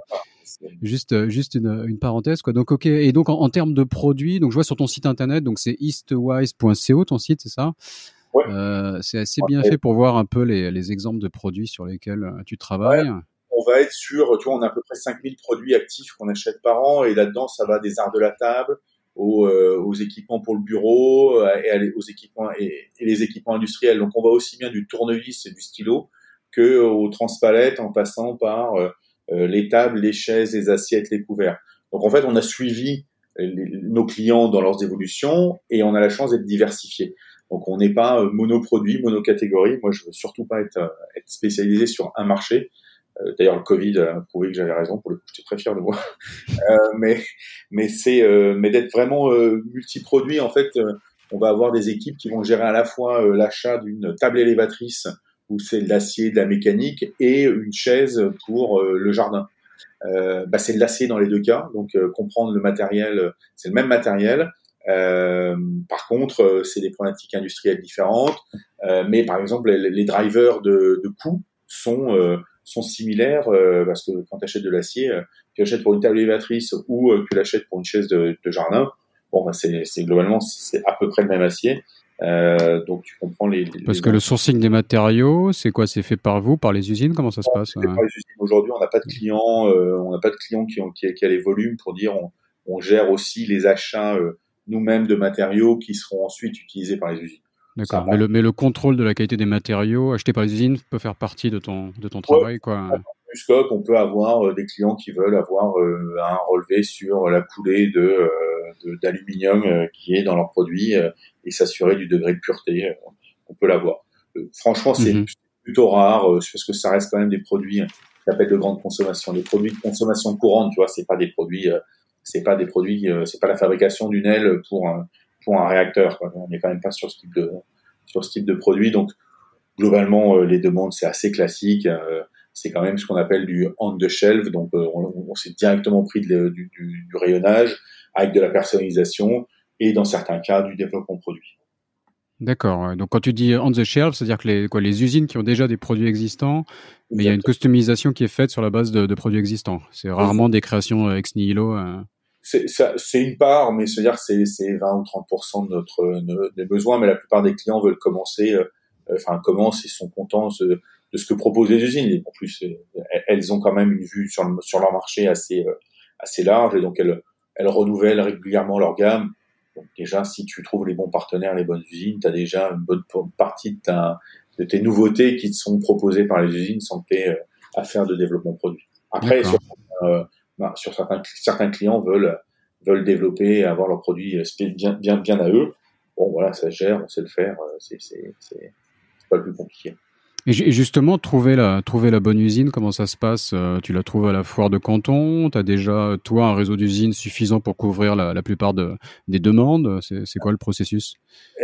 Juste, juste une, une parenthèse, quoi. Donc, ok. Et donc, en, en termes de produits, donc je vois sur ton site internet, donc c'est eastwise point co, ton site, c'est ça? Ouais. Euh, c'est assez ouais. bien fait pour voir un peu les, les exemples de produits sur lesquels tu travailles. Ouais. On va être sur, tu vois, on a à peu près cinq mille produits actifs qu'on achète par an, et là-dedans, ça va des arts de la table aux, euh, aux équipements pour le bureau, euh, et aux équipements et, et les équipements industriels. Donc, on va aussi bien du tournevis et du stylo que aux transpalettes, en passant par euh, les tables, les chaises, les assiettes, les couverts. Donc, en fait, on a suivi les, nos clients dans leurs évolutions et on a la chance d'être diversifié. Donc, on n'est pas monoproduit, monocatégorie. Moi, je veux surtout pas être, être spécialisé sur un marché. Euh, d'ailleurs, le Covid a prouvé que j'avais raison. Pour le coup, j'étais très fier de moi. euh, mais, mais c'est, euh, mais d'être vraiment euh, multiproduit. En fait, euh, on va avoir des équipes qui vont gérer à la fois euh, l'achat d'une table élévatrice où c'est de l'acier, de la mécanique, et une chaise pour euh, le jardin. Euh, bah, c'est de l'acier dans les deux cas. Donc, euh, comprendre le matériel, c'est le même matériel. Euh, par contre, euh, c'est des problématiques industrielles différentes. Euh, mais par exemple, les, les drivers de, de coûts sont euh, sont similaires euh, parce que quand tu achètes de l'acier, euh, tu achètes pour une table élévatrice ou euh, tu l'achètes pour une chaise de, de jardin. Bon, bah, c'est, c'est globalement c'est à peu près le même acier. Euh, donc tu comprends les. les parce les que le sourcing des matériaux, c'est quoi? C'est fait par vous, par les usines? Comment ça se passe? Par les usines. Aujourd'hui, on n'a pas de clients, euh, on n'a pas de clients qui ont qui, qui a les volumes pour dire on, on gère aussi les achats euh, nous-mêmes de matériaux qui seront ensuite utilisés par les usines. D'accord. Mais le, mais le contrôle de la qualité des matériaux achetés par les usines peut faire partie de ton, de ton travail, ouais, quoi. Du scope, on peut avoir euh, des clients qui veulent avoir euh, un relevé sur la coulée de, euh, de d'aluminium euh, qui est dans leur produit euh, et s'assurer du degré de pureté. Euh, on peut l'avoir. Euh, franchement, c'est Mm-hmm. plutôt rare euh, parce que ça reste quand même des produits qui s'appellent de grande consommation. Les produits de consommation courante, tu vois, c'est pas des produits, euh, c'est pas des produits, euh, c'est pas la fabrication d'une aile pour un, pour un réacteur, quoi. On n'est quand même pas sur ce type de sur ce type de produit. Donc globalement, euh, les demandes c'est assez classique. Euh, c'est quand même ce qu'on appelle du on the shelf, donc euh, on, on s'est directement pris de, du, du, du rayonnage avec de la personnalisation et dans certains cas du développement produit. D'accord. Donc quand tu dis on the shelf, c'est-à-dire que les, quoi, les usines qui ont déjà des produits existants, mais il y a une customisation qui est faite sur la base de, de produits existants. C'est rarement des créations ex nihilo. Euh... C'est, ça, c'est une part, mais c'est-à-dire c'est, c'est vingt ou trente pour cent de notre de, des besoins, mais la plupart des clients veulent commencer, euh, enfin commencent et sont contents de, de ce que proposent les usines. En plus, elles ont quand même une vue sur, le, sur leur marché assez assez large, et donc elles, elles renouvellent régulièrement leur gamme. Donc déjà, si tu trouves les bons partenaires, les bonnes usines, tu as déjà une bonne partie de, ta, de tes nouveautés qui te sont proposées par les usines sans que tu aies à faire de développement produit. Après, sur, euh, bah, sur certains, certains clients veulent veulent développer et avoir leurs produits bien bien bien à eux. Bon voilà, ça se gère, on sait le faire, c'est c'est c'est, c'est pas le plus compliqué. Et justement, trouver la, trouver la bonne usine, comment ça se passe? Euh, tu la trouves à la foire de Canton? Tu as déjà, toi, un réseau d'usines suffisant pour couvrir la, la plupart de, des demandes? C'est, c'est quoi le processus?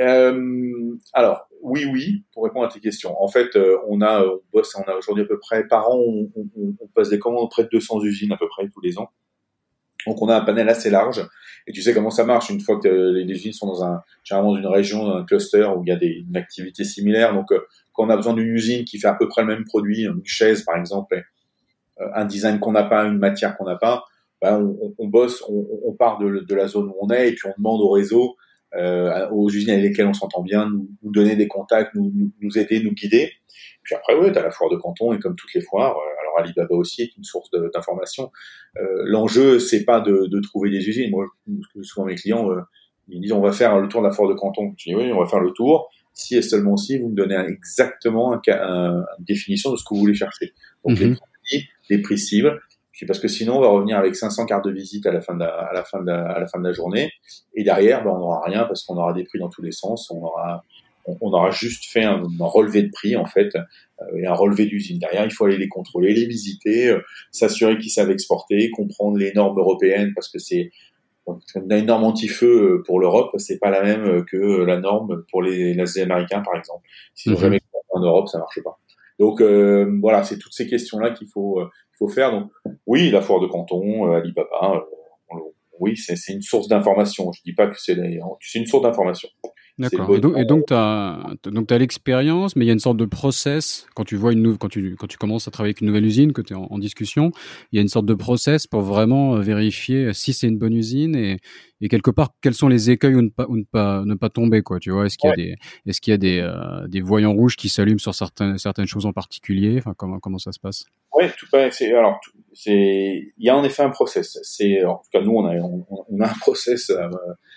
Euh, alors, oui, oui, pour répondre à tes questions. En fait, euh, on a, on bosse, on a aujourd'hui à peu près, par an, on, on, on passe des commandes auprès de deux cents usines à peu près tous les ans. Donc, on a un panel assez large. Et tu sais comment ça marche une fois que les usines sont dans un, généralement dans une région, dans un cluster où il y a des, une activité similaire. Donc, euh, quand on a besoin d'une usine qui fait à peu près le même produit, une chaise par exemple, euh, un design qu'on n'a pas, une matière qu'on n'a pas, ben, on, on, on bosse, on, on part de, de la zone où on est et puis on demande au réseau, euh, aux usines avec lesquelles on s'entend bien, nous, nous donner des contacts, nous, nous, nous aider, nous guider. Puis après, ouais, t'as la foire de Canton et comme toutes les foires, euh, alors Alibaba aussi est une source de, d'information. Euh, l'enjeu, c'est pas de, de trouver des usines. Moi, souvent mes clients, euh, ils me disent on va faire le tour de la foire de Canton. Je dis oui, on va faire le tour. Si et seulement si vous me donnez un, exactement un, un, une définition de ce que vous voulez chercher. Donc mm-hmm. les produits, les prix cibles. Parce que sinon, on va revenir avec cinq cents cartes de visite à la fin de la, à la fin de la, à la fin de la journée. Et derrière, ben, on n'aura rien parce qu'on aura des prix dans tous les sens. On aura, on, on aura juste fait un, un relevé de prix, en fait, euh, et un relevé d'usine. Derrière, il faut aller les contrôler, les visiter, euh, s'assurer qu'ils savent exporter, comprendre les normes européennes parce que c'est, on a une norme anti-feu pour l'Europe, c'est pas la même que la norme pour les, les Américains, par exemple. S'ils n'ont mm-hmm. jamais exporté en Europe, ça marche pas. Donc, euh, voilà, c'est toutes ces questions-là qu'il faut, euh, faut faire. Donc, oui, la foire de Canton, euh, Alibaba, euh, oui, c'est, c'est une source d'information. Je dis pas que c'est, c'est une source d'information. D'accord. Et donc, et donc, tu as donc t'as l'expérience, mais il y a une sorte de process quand tu vois une nou- quand tu quand tu commences à travailler avec une nouvelle usine, que tu es en, en discussion, il y a une sorte de process pour vraiment vérifier si c'est une bonne usine et, et quelque part quels sont les écueils où ne pas où ne pas ne pas tomber, quoi. Tu vois, est-ce qu'il y a ouais. des est-ce qu'il y a des euh, des voyants rouges qui s'allument sur certaines certaines choses en particulier? Enfin, comment comment ça se passe? Ouais, tout pas. C'est alors tout, c'est il y a en effet un process. C'est en tout cas nous on a on, on a un process. Euh,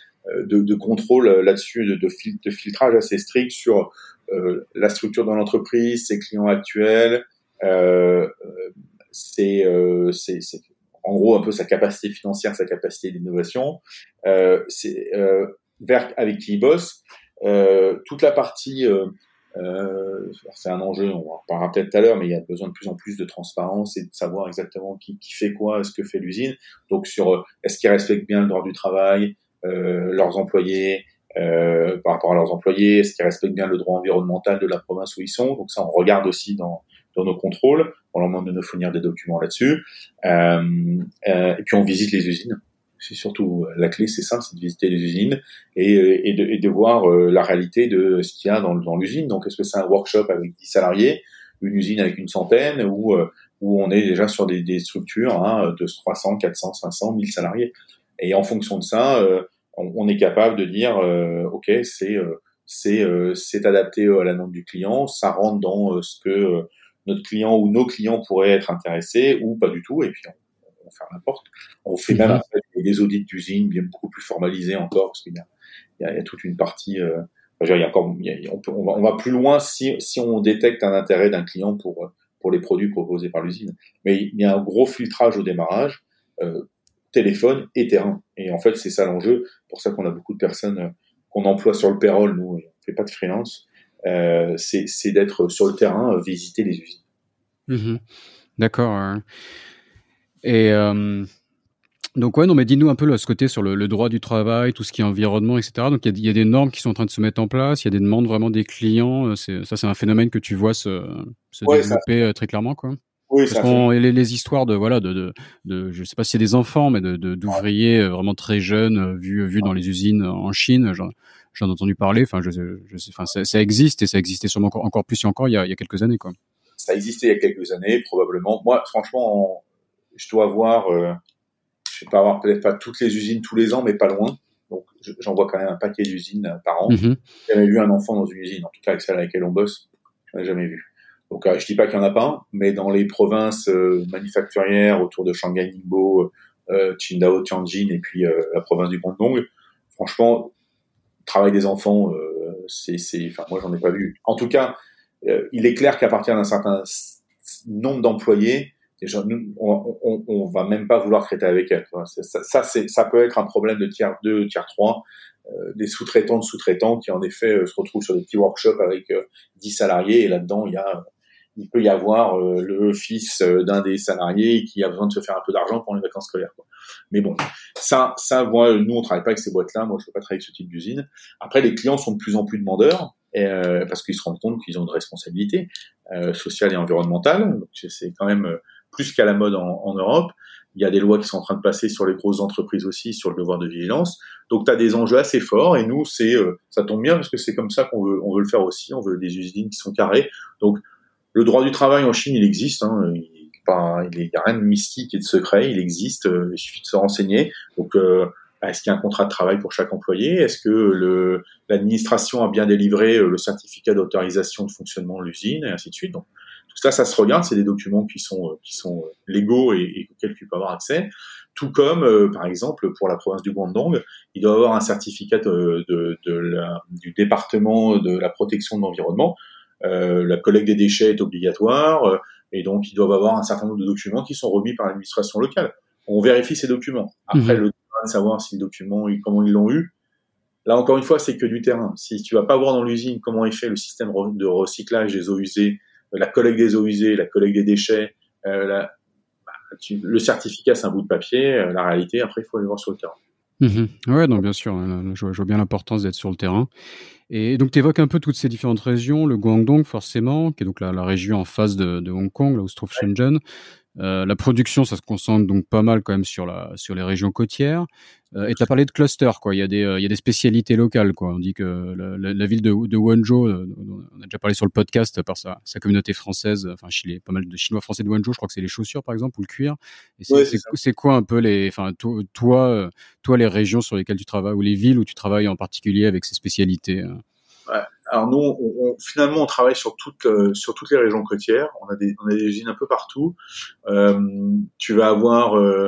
De, de contrôle là-dessus, de, de, fil, de filtrage assez strict sur euh, la structure de l'entreprise, ses clients actuels, euh, c'est, euh, c'est, c'est en gros un peu sa capacité financière, sa capacité d'innovation, euh, c'est euh, vers avec qui il bosse, euh, toute la partie euh, euh, c'est un enjeu, on en reparlera peut-être tout à l'heure, mais il y a besoin de plus en plus de transparence et de savoir exactement qui, qui fait quoi, ce que fait l'usine. Donc sur est-ce qu'ils respectent bien le droit du travail, Euh, leurs employés, euh, par rapport à leurs employés, est-ce qu'ils respectent bien le droit environnemental de la province où ils sont. Donc ça, on regarde aussi dans, dans nos contrôles. On leur demande de nous fournir des documents là-dessus. Euh, euh, et puis on visite les usines. C'est surtout la clé, c'est ça, c'est de visiter les usines et, et, de, et de voir euh, la réalité de ce qu'il y a dans, dans l'usine. Donc est-ce que c'est un workshop avec dix salariés, une usine avec une centaine, ou euh, où on est déjà sur des, des structures hein, de trois cents, quatre cents, cinq cents, mille salariés. Et en fonction de ça, euh, on, on est capable de dire, euh, ok, c'est euh, c'est euh, c'est adapté à la demande du client, ça rentre dans euh, ce que euh, notre client ou nos clients pourraient être intéressés ou pas du tout. Et puis on, on ferme la porte. On fait mm-hmm. même après des audits d'usine bien beaucoup plus formalisés encore parce qu'il y a il y a, il y a toute une partie. Euh, enfin, il y a encore, il y a, on, peut, on, va, on va plus loin si si on détecte un intérêt d'un client pour pour les produits proposés par l'usine. Mais il y a un gros filtrage au démarrage. Euh, téléphone et terrain. Et en fait, c'est ça l'enjeu. C'est pour ça qu'on a beaucoup de personnes euh, qu'on emploie sur le payroll. Nous, on ne fait pas de freelance. Euh, c'est, c'est d'être sur le terrain, euh, visiter les usines. Mmh. D'accord. Et euh, donc, ouais, non, mais dis-nous un peu là, ce côté sur le, le droit du travail, tout ce qui est environnement, et cetera. Donc, il y, y a des normes qui sont en train de se mettre en place. Il y a des demandes vraiment des clients. C'est, ça, c'est un phénomène que tu vois se, se ouais, développer ça. Très clairement, quoi. Oui, parce qu'on les, les histoires de voilà de de, de je sais pas si c'est des enfants mais de, de d'ouvriers vraiment très jeunes vus vus dans les usines en Chine, j'en, j'en ai entendu parler. Enfin, je, je sais, enfin ça, ça existe et ça existait sûrement encore, encore plus encore il y a il y a quelques années quoi. Ça existait il y a quelques années probablement. Moi, franchement, je dois avoir, euh, je vais pas avoir peut-être pas toutes les usines tous les ans, mais pas loin. Donc, j'en vois quand même un paquet d'usines par an. Mm-hmm. J'ai jamais vu un enfant dans une usine, en tout cas avec celle avec laquelle on bosse, j'en ai jamais vu. Donc, euh, je dis pas qu'il y en a pas, mais dans les provinces euh, manufacturières autour de Shanghai, Ningbo, euh, Qingdao, Tianjin et puis euh, la province du Guangdong, franchement, le travail des enfants, euh, c'est, c'est, enfin, moi, j'en ai pas vu. En tout cas, euh, il est clair qu'à partir d'un certain nombre d'employés, déjà, nous, on, on, on va même pas vouloir traiter avec elles. Ça, ça, c'est, ça peut être un problème de tiers deux, tiers trois. euh, des sous-traitants de sous-traitants qui en effet euh, se retrouvent sur des petits workshops avec euh, dix salariés et là-dedans il y a il peut y avoir euh, le fils euh, d'un des salariés qui a besoin de se faire un peu d'argent pendant les vacances scolaires, quoi. Mais bon, ça, ça, moi, nous, on travaille pas avec ces boîtes-là. Moi, je veux pas travailler avec ce type d'usine. Après, les clients sont de plus en plus demandeurs et, euh, parce qu'ils se rendent compte qu'ils ont une responsabilité euh, sociale et environnementale. Donc, c'est quand même plus qu'à la mode en, en Europe. Il y a des lois qui sont en train de passer sur les grosses entreprises aussi, sur le devoir de vigilance. Donc, tu as des enjeux assez forts et nous, c'est, euh, ça tombe bien parce que c'est comme ça qu'on veut, on veut le faire aussi. On veut des usines qui sont carrées. Donc, le droit du travail en Chine, il existe. Hein. Il n'y a rien de mystique et de secret. Il existe. Euh, il suffit de se renseigner. Donc, euh, est-ce qu'il y a un contrat de travail pour chaque employé? Est-ce que le, l'administration a bien délivré euh, le certificat d'autorisation de fonctionnement de l'usine et ainsi de suite. Donc, tout ça, ça se regarde. C'est des documents qui sont, qui sont légaux et, et auxquels tu peux avoir accès. Tout comme, euh, par exemple, pour la province du Guangdong, il doit avoir un certificat de, de, de la, du département de la protection de l'environnement. Euh, la collecte des déchets est obligatoire euh, et donc ils doivent avoir un certain nombre de documents qui sont remis par l'administration locale. On vérifie ces documents. Après, mmh. le de savoir si le document, comment ils l'ont eu, là encore une fois, c'est que du terrain. Si tu vas pas voir dans l'usine comment est fait le système de recyclage des eaux usées, la collecte des eaux usées, la collecte des déchets, euh, la, bah, tu, le certificat c'est un bout de papier. Euh, la réalité, après, il faut aller voir sur le terrain. Mmh. Ouais, non, bien sûr. Je vois, je vois bien l'importance d'être sur le terrain. Et donc, tu évoques un peu toutes ces différentes régions, le Guangdong, forcément, qui est donc la, la région en face de, de Hong Kong, là où se trouve Shenzhen. Euh, la production, ça se concentre donc pas mal quand même sur, la, sur les régions côtières. Euh, et tu as parlé de clusters, quoi. Il y a des, euh, il y a des spécialités locales, quoi. On dit que la, la, la ville de, de Wenzhou, euh, on a déjà parlé sur le podcast par sa, sa communauté française, enfin, il y a pas mal de Chinois français de Wenzhou, je crois que c'est les chaussures, par exemple, ou le cuir. Et c'est, ouais, c'est, c'est, c'est quoi un peu les, enfin, to, toi, toi, les régions sur lesquelles tu travailles, ou les villes où tu travailles en particulier avec ces spécialités? Ouais. Alors nous, on, on, finalement, on travaille sur toutes, euh, sur toutes les régions côtières. On a des, on a des usines un peu partout. Euh, tu vas avoir euh,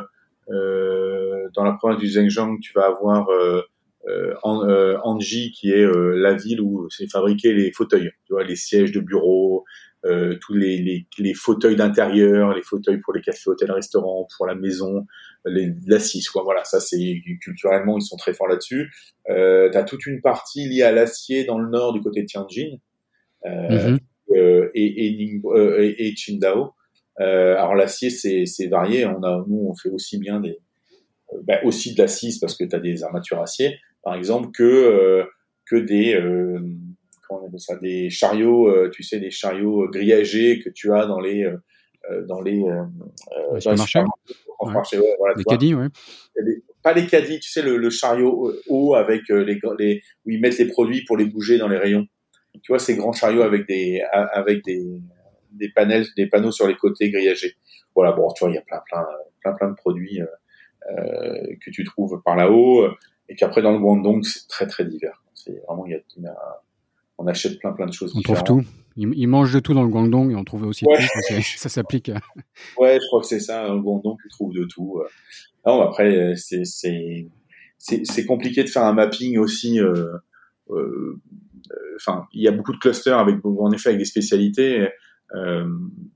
euh, dans la province du Zhejiang, tu vas avoir euh, euh, Anji, qui est euh, la ville où c'est fabriqué les fauteuils. Tu vois, les sièges de bureau, euh, tous les, les, les fauteuils d'intérieur, les fauteuils pour les cafés, hôtels, restaurants, pour la maison, les l'acier, quoi. Voilà, ça c'est culturellement ils sont très forts là-dessus. Euh, t'as toute une partie liée à l'acier dans le nord du côté de Tianjin euh, mm-hmm. euh, et, et, euh, et, et Qingdao. Euh, alors l'acier c'est, c'est varié. On a, nous on fait aussi bien des, euh, bah, aussi de la scie parce que t'as des armatures acier, par exemple, que euh, que des euh, comment on appelle ça, des chariots, euh, tu sais, des chariots grillagés que tu as dans les euh, dans les euh, dans les marchés. Ouais. Marché, ouais, voilà, les caddies, ouais. Les, pas les caddies, tu sais, le, le chariot haut avec euh, les, les, où ils mettent les produits pour les bouger dans les rayons. Tu vois, ces grands chariots avec des, avec des, des panels, des panneaux sur les côtés grillagés. Voilà, bon, tu vois, il y a plein, plein, plein, plein de produits euh, euh, que tu trouves par là-haut. Et puis après, dans le Guangdong, c'est très, très divers. C'est vraiment, il y a, il y a on achète plein, plein de choses on différentes. On trouve tout. Ils, ils mangent de tout dans le Guangdong et on trouve aussi ouais. de tout. Ça, ça s'applique. À... Ouais, je crois que c'est ça. Dans le Guangdong, tu trouves de tout. Non, après, c'est, c'est, c'est, c'est compliqué de faire un mapping aussi. Euh, euh, enfin, il y a beaucoup de clusters avec, en effet, avec des spécialités. Euh,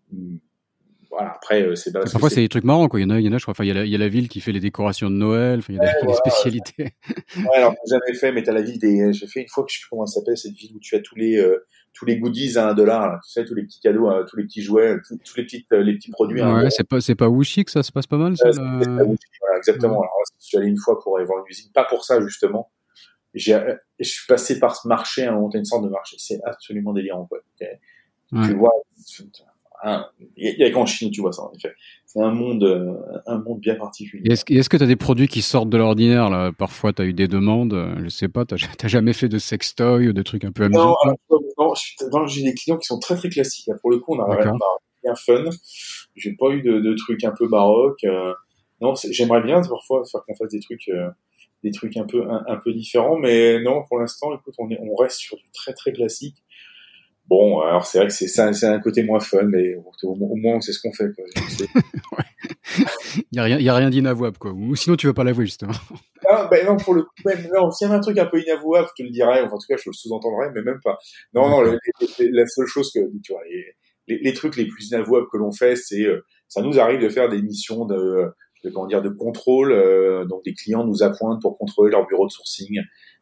voilà. Après, c'est pas. Parfois, c'est... c'est des trucs marrants, quoi. Il y en a, il y en a. Je crois. Enfin, il y a la, il y a la ville qui fait les décorations de Noël. Enfin, il y a des, ouais, voilà, des spécialités. Ouais, alors j'ai jamais fait, mais t'as la ville des. J'ai fait une fois que je sais plus comment ça s'appelle cette ville où tu as tous les euh, tous les goodies à un dollar. Là. Tu sais, tous les petits cadeaux, hein, tous les petits jouets, tous, tous les petits les petits produits. Ouais, à c'est pas c'est pas Wuxi que ça se passe pas mal, ça. Euh, là... c'est Wuxi, voilà, exactement. Ouais. Alors, je suis allé une fois pour aller voir une usine, pas pour ça justement. J'ai, je suis passé par ce marché, à monter une sorte de marché. C'est absolument délirant, quoi. Ouais. Tu vois, il y a qu'en Chine, tu vois ça, en effet. C'est un monde, un monde bien particulier. Et est-ce, est-ce que tu as des produits qui sortent de l'ordinaire, là? Parfois, tu as eu des demandes, je sais pas, tu n'as jamais fait de sextoy ou de trucs un peu amusants? Non, alors, non, non, j'ai des clients qui sont très, très classiques. Là, pour le coup, on a vraiment bien fun. J'ai pas eu de, de trucs un peu baroques. Euh, non, j'aimerais bien, parfois, faire qu'on fasse des trucs, euh, des trucs un peu, un, un peu différents, mais non, pour l'instant, écoute, on, est, on reste sur du très, très classique. Bon, alors c'est vrai que c'est ça, c'est un côté moins fun, mais au, au moins on sait ce qu'on fait, quoi. Ouais. Il y a rien, il y a rien d'inavouable, quoi. Ou sinon tu veux pas l'avouer, justement. Ah, ben non, pour le coup, même, non, s'il y avait un truc un peu inavouable, je te le dirais, enfin, en tout cas, je le sous-entendrais, mais même pas. Non, non, les, les, la seule chose que, tu vois, les, les, les trucs les plus inavouables que l'on fait, c'est, euh, ça nous arrive de faire des missions de, de comment dire, de contrôle, euh, donc des clients nous appointent pour contrôler leur bureau de sourcing.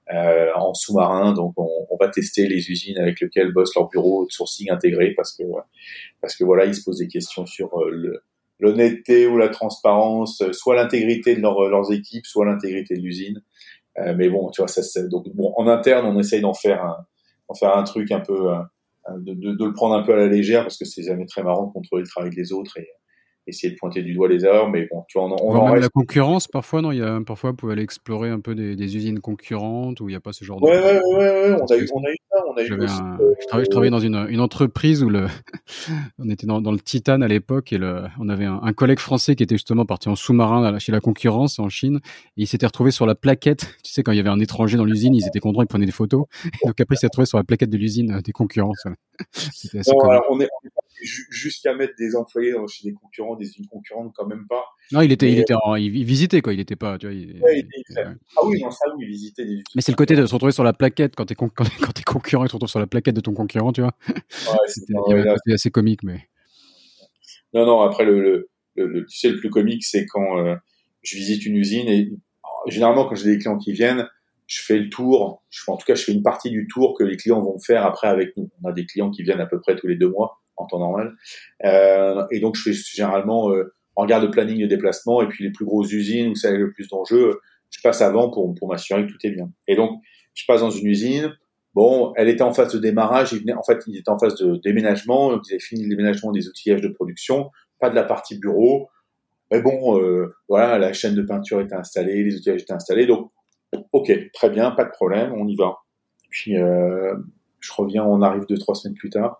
euh, en sous-marin. Donc, on, on va tester les usines avec lesquelles bossent leurs bureaux de sourcing intégrés parce que parce que voilà, ils se posent des questions sur euh, le, l'honnêteté ou la transparence, soit l'intégrité de leur, leurs équipes, soit l'intégrité de l'usine. Euh, mais bon, tu vois, ça, c'est, donc bon, en interne, on essaye d'en faire un, d'en faire un truc un peu, euh, de, de, de le prendre un peu à la légère parce que c'est jamais très marrant de contrôler le travail des autres et essayer de pointer du doigt les erreurs. Mais bon, tu vois, on, on Voire en même la reste. concurrence, parfois, non, il y a, parfois, vous pouvez aller explorer un peu des, des usines concurrentes où il n'y a pas ce genre de, Ouais, ouais, ouais, ouais, de on a eu, situation. on a eu ça, on a eu J'avais aussi. un, je travaillais, je Euh, travaillais dans une, une entreprise où le, on était dans, dans le Titan à l'époque et le, on avait un, un collègue français qui était justement parti en sous-marin chez la concurrence en Chine et il s'était retrouvé sur la plaquette. Tu sais, quand il y avait un étranger dans l'usine, ils étaient contents, ils prenaient des photos. Et donc après, il s'est retrouvé sur la plaquette de l'usine euh, des concurrents. Ça. C'était assez non, comique. alors on est, on est pas ju- jusqu'à mettre des employés dans- chez des concurrents, des usines concurrentes quand même pas. Non, il était, il Mais était, en, il, il visitait quoi. Il était pas, tu vois. Il, ouais, il- il il- était- ouais. ah oui, non, ça oui, visiter des Mais usines c'est le côté de concurrentes. se retrouver sur la plaquette quand t'es con, quand, quand t'es concurrent et tu te retrouves sur la plaquette de ton concurrent, tu vois. Ouais, c'est C'était, pas il y avait vrai, un là. côté assez comique, mais. Non, non, après, le, le, le, le- tu sais, le plus comique, c'est quand euh, je visite une usine et euh, généralement, quand j'ai des clients qui viennent, je fais le tour, je fais, en tout cas, je fais une partie du tour que les clients vont faire après avec nous. On a des clients qui viennent à peu près tous les deux mois en temps normal. Euh, et donc, je fais généralement, euh, on regarde le planning de déplacement et puis les plus grosses usines où ça a le plus d'enjeux, je passe avant pour, pour m'assurer que tout est bien. Et donc, je passe dans une usine. Bon, elle était en phase de démarrage, il venait, en fait, il était en phase de déménagement, donc ils avaient fini le déménagement des outillages de production, pas de la partie bureau. Mais bon, euh, voilà, la chaîne de peinture était installée, les outillages étaient installés, donc ok, très bien, pas de problème, on y va. Puis euh, je reviens, on arrive deux trois semaines plus tard,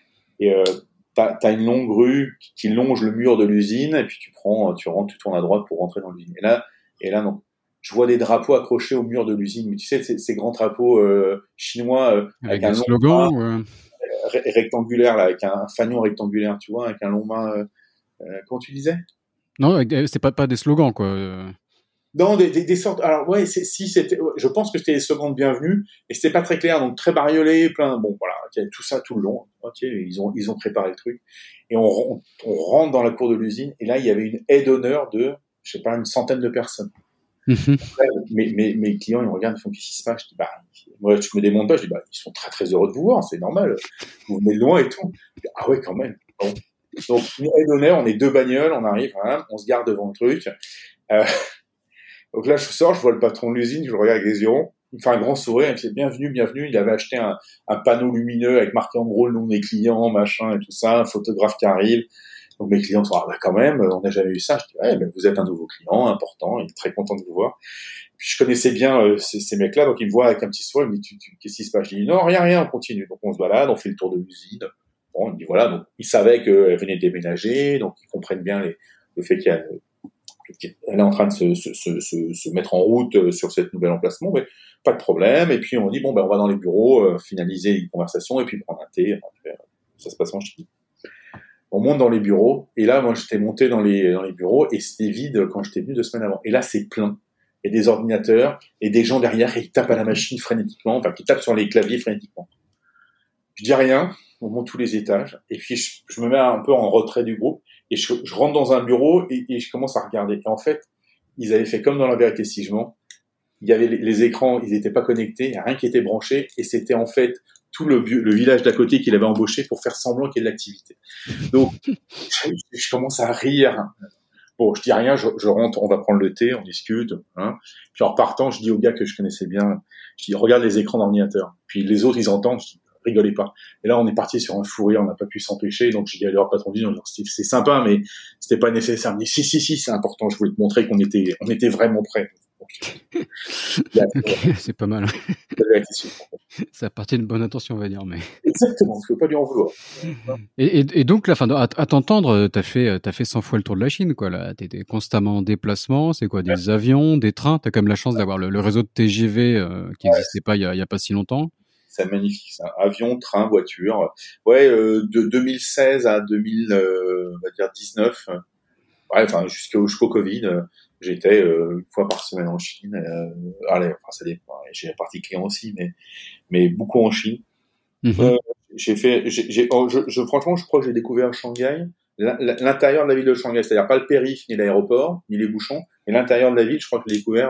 et euh, t'as, t'as une longue rue qui, qui longe le mur de l'usine, et puis tu prends, tu rentres, tu tournes à droite pour rentrer dans l'usine. Et là, et là non. Je vois des drapeaux accrochés au mur de l'usine, mais tu sais, ces, ces grands drapeaux euh, chinois euh, Avec avec des un long mât slogans, euh, ré- rectangulaire, là, avec un, un fanion rectangulaire, tu vois, avec un long mât. Euh, euh, comment tu disais? non, avec des- c'était pas, pas des slogans, quoi. euh. Non, des, des, des sortes. Alors ouais, c'est, si c'était, ouais, je pense que c'était les secondes bienvenues et c'était pas très clair, donc très bariolé, plein. Bon, voilà, ok, tout ça tout le long. Ok, ils ont ils ont préparé le truc et on, on, on rentre dans la cour de l'usine et là il y avait une aide d'honneur de, je sais pas, une centaine de personnes. Ouais, mes, mes, mes clients ils me regardent, ils font qu'est-ce qui se passe? Je dis bah, moi je me démonte pas, je dis bah ils sont très très heureux de vous voir, c'est normal. Vous venez de loin et tout. Je dis, ah ouais quand même. Bon. Donc une aide d'honneur, on est deux bagnoles, on arrive, hein, on se garde devant le truc. Euh, Donc là, je sors, je vois le patron de l'usine, je le regarde avec des yeux ronds. Il me fait un grand sourire, il me fait bienvenue, bienvenue. Il avait acheté un, un panneau lumineux avec marqué en gros le nom des clients, machin et tout ça, un photographe qui arrive. Donc mes clients sont, ah bah quand même, on n'a jamais eu ça. Je dis, ouais, ben vous êtes un nouveau client, important, il est très content de vous voir. Puis je connaissais bien euh, ces, ces mecs-là, donc ils me voient avec un petit sourire, ils me disent, tu, tu, qu'est-ce qui se passe? Je dis, non, rien, rien, on continue. Donc on se balade, on fait le tour de l'usine. Bon, on me dit, voilà, donc ils savaient qu'elle venait de déménager, donc ils comprennent bien les, le fait qu'il y a elle est en train de se, se, se, se, se mettre en route sur cette nouvel emplacement, mais pas de problème. Et puis on dit bon ben on va dans les bureaux, euh, finaliser les conversations et puis prendre un thé. Après, ça se passe en Chine. On monte dans les bureaux et là moi j'étais monté dans les dans les bureaux et c'était vide quand j'étais venu deux semaines avant. Et là c'est plein. Il y a des ordinateurs et des gens derrière qui tapent à la machine frénétiquement, enfin qui tapent sur les claviers frénétiquement. Je dis rien, on monte tous les étages et puis je, je me mets un peu en retrait du groupe. Et je, je rentre dans un bureau et, et je commence à regarder. Et en fait, ils avaient fait comme dans La Vérité si je mens. Il y avait les, les écrans, ils n'étaient pas connectés, il n'y a rien qui était branché. Et c'était en fait tout le, le village d'à côté qu'il avait embauché pour faire semblant qu'il y ait de l'activité. Donc, je, je commence à rire. Bon, je dis rien, je, je rentre, on va prendre le thé, on discute. Hein. Puis en repartant, je dis au gars que je connaissais bien, je dis, regarde les écrans d'ordinateur. Puis les autres, ils entendent, je dis, rigolez pas. Et là, on est parti sur un fou rire, on n'a pas pu s'empêcher. Donc, j'ai dit à leur patron d'usine, c'est, c'est sympa, mais c'était pas nécessaire. Mais si, si, si, c'est important. Je voulais te montrer qu'on était, on était vraiment prêts. Donc, là, Ok, c'est pas mal. Ça a parti d'une bonne intention, on va dire. Mais... Exactement, il ne faut pas lui en vouloir. Et, et, et donc, là, fin, à, à t'entendre, t'as fait, t'as fait cent fois le tour de la Chine, quoi. Là, t'étais constamment en déplacement. C'est quoi, des avions, des trains? T'as quand même la chance d'avoir le, le réseau de T G V euh, qui n'existait ouais. pas il y, a, il y a pas si longtemps. C'est magnifique, ça. Avion, train, voiture. Ouais, euh, de deux mille seize à deux mille, euh, on va dire dix-neuf. Ouais, enfin jusqu'au jusqu'au Covid, euh, j'étais euh, une fois par semaine en Chine. Euh, allez, enfin ça dépend. J'ai la partie client aussi, mais mais beaucoup en Chine. Mm-hmm. Euh, j'ai fait, j'ai, j'ai oh, je, je, franchement, je crois que j'ai découvert Shanghai, l'intérieur de la ville de Shanghai, c'est-à-dire pas le périph' ni l'aéroport ni les bouchons, mais l'intérieur de la ville. Je crois que j'ai découvert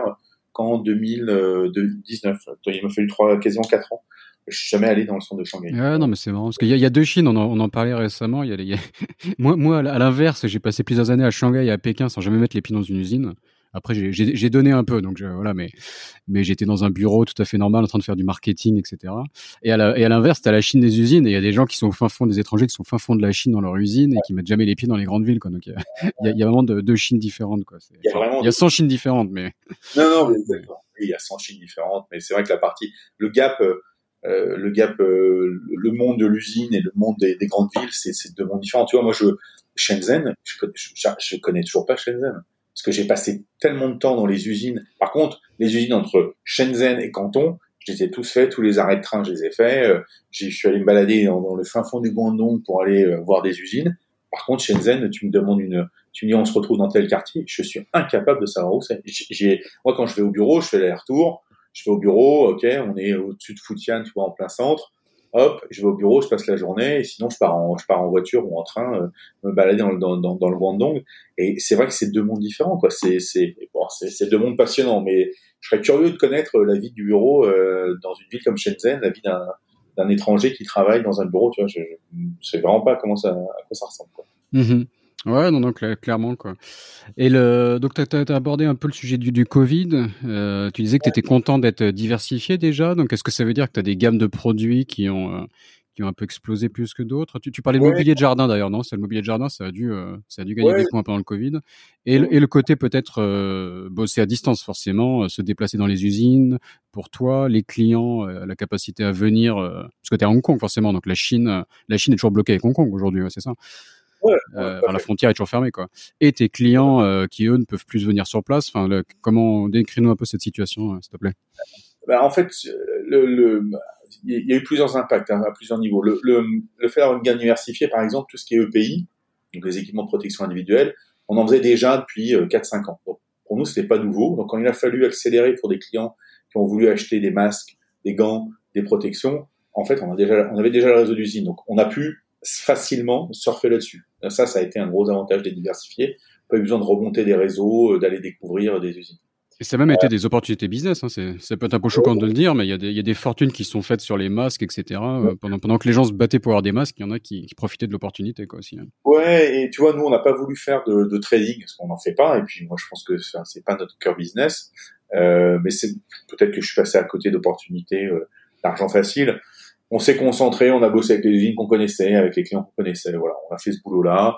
qu'en deux mille dix-neuf. Il m'a fallu trois, quasiment quatre ans. Je suis jamais allé dans le centre de Shanghai. Ouais, non, mais c'est marrant parce qu'il y a, il y a deux Chines. On en, on en parlait récemment. Il y a, les- il y a... moi, moi, à l'inverse, j'ai passé plusieurs années à Shanghai et à Pékin sans jamais mettre les pieds dans une usine. Après, j'ai, j'ai, j'ai donné un peu, donc je, voilà, mais mais j'étais dans un bureau tout à fait normal en train de faire du marketing, et cetera. Et à, la, et à l'inverse, t'as la Chine des usines et il y a des gens qui sont au fin fond, des étrangers qui sont au fin fond de la Chine dans leur usine et qui mettent jamais les pieds dans les grandes villes, quoi. Donc il y a, il y a, il y a vraiment deux, deux Chines différentes, quoi. C'est, Il y a enfin, vraiment il y a cent Chines différentes, mais non, non, mais d'accord. Oui, il y a cent Chines différentes, mais c'est vrai que la partie, le gap, euh, le gap, euh, le monde de l'usine et le monde des, des grandes villes, c'est, c'est deux mondes différents. Tu vois, moi, je, Shenzhen, je connais, je, je connais toujours pas Shenzhen. Parce que j'ai passé tellement de temps dans les usines. Par contre, les usines entre Shenzhen et Canton, je les ai tous faits, tous les arrêts de train, je les ai faits. Euh, je suis allé me balader dans, dans le fin fond du Guangdong pour aller euh, voir des usines. Par contre, Shenzhen, tu me demandes une, tu me dis on se retrouve dans tel quartier, je suis incapable de savoir où c'est. J'ai, moi, quand je vais au bureau, je fais l'aller-retour. Je vais au bureau, ok, on est au-dessus de Futian, tu vois, en plein centre. Hop, je vais au bureau, je passe la journée, et sinon je pars en, je pars en voiture ou en train, euh, me balader dans, dans, dans, dans le Guangdong. Et c'est vrai que c'est deux mondes différents, quoi. C'est, c'est, bon, c'est, c'est deux mondes passionnants, mais je serais curieux de connaître la vie du bureau euh, dans une ville comme Shenzhen, la vie d'un, d'un étranger qui travaille dans un bureau, tu vois. Je, je sais vraiment pas comment ça, à quoi ça ressemble, quoi. mmh. Ouais, non, non, cla- clairement, quoi. Et le, donc, tu as abordé un peu le sujet du, du Covid. Euh, tu disais que tu étais content d'être diversifié déjà. Donc, est-ce que ça veut dire que tu as des gammes de produits qui ont, euh, qui ont un peu explosé plus que d'autres? Tu, tu parlais de Ouais, mobilier de jardin d'ailleurs, non? C'est le mobilier de jardin, ça a dû, euh, ça a dû gagner ouais. des points pendant le Covid. Et, le- et le côté peut-être euh, bosser à distance, forcément, euh, se déplacer dans les usines. Pour toi, les clients, euh, la capacité à venir, euh, parce que tu es à Hong Kong, forcément. Donc, la Chine, euh, la Chine est toujours bloquée avec Hong Kong aujourd'hui, ouais, c'est ça? Ouais, ouais, Euh, tout à enfin, la fait. frontière est toujours fermée, quoi. Et tes clients euh, qui eux ne peuvent plus venir sur place. Enfin, le, comment décris-nous un peu cette situation, euh, s'il te plaît. Ben, en fait, le, le, il y a eu plusieurs impacts hein, à plusieurs niveaux. Le, le, le fait d'avoir une gamme diversifiée, par exemple, tout ce qui est E P I, donc les équipements de protection individuelle, on en faisait déjà depuis euh, quatre cinq ans. Donc, pour nous, c'était pas nouveau. Donc, quand il a fallu accélérer pour des clients qui ont voulu acheter des masques, des gants, des protections, en fait, on, a déjà, on avait déjà le réseau d'usine. Donc, on a pu facilement surfer là-dessus. Ça, ça a été un gros avantage des diversifiés. Pas eu besoin de remonter des réseaux, d'aller découvrir des usines. Et ça a même été des opportunités business. Hein. C'est, ça peut être un peu choquant de le dire, mais il y a des, il y a des fortunes qui sont faites sur les masques, et cetera. Euh, pendant, pendant que les gens se battaient pour avoir des masques, il y en a qui, qui profitaient de l'opportunité, quoi, aussi. Hein. Ouais, et tu vois, nous, on n'a pas voulu faire de, de trading, parce qu'on n'en fait pas, et puis moi, je pense que ça, c'est pas notre cœur business, euh, mais c'est peut-être que je suis passé à côté d'opportunités euh, d'argent facile. On s'est concentré, on a bossé avec les usines qu'on connaissait, avec les clients qu'on connaissait, voilà, on a fait ce boulot-là,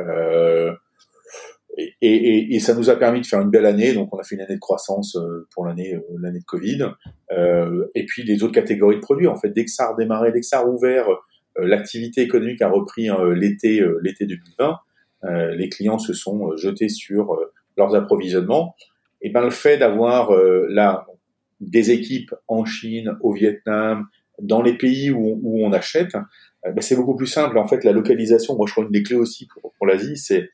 euh, et, et, et ça nous a permis de faire une belle année, donc on a fait une année de croissance euh, pour l'année euh, l'année de Covid, euh, et puis les autres catégories de produits, en fait, dès que ça a redémarré, dès que ça a rouvert, euh, l'activité économique a repris euh, l'été euh, l'été deux mille vingt, euh, les clients se sont euh, jetés sur euh, leurs approvisionnements, et ben le fait d'avoir euh, là des équipes en Chine, au Vietnam, dans les pays où, où on achète, euh, ben c'est beaucoup plus simple. En fait, la localisation, moi je crois une des clés aussi pour, pour l'Asie, c'est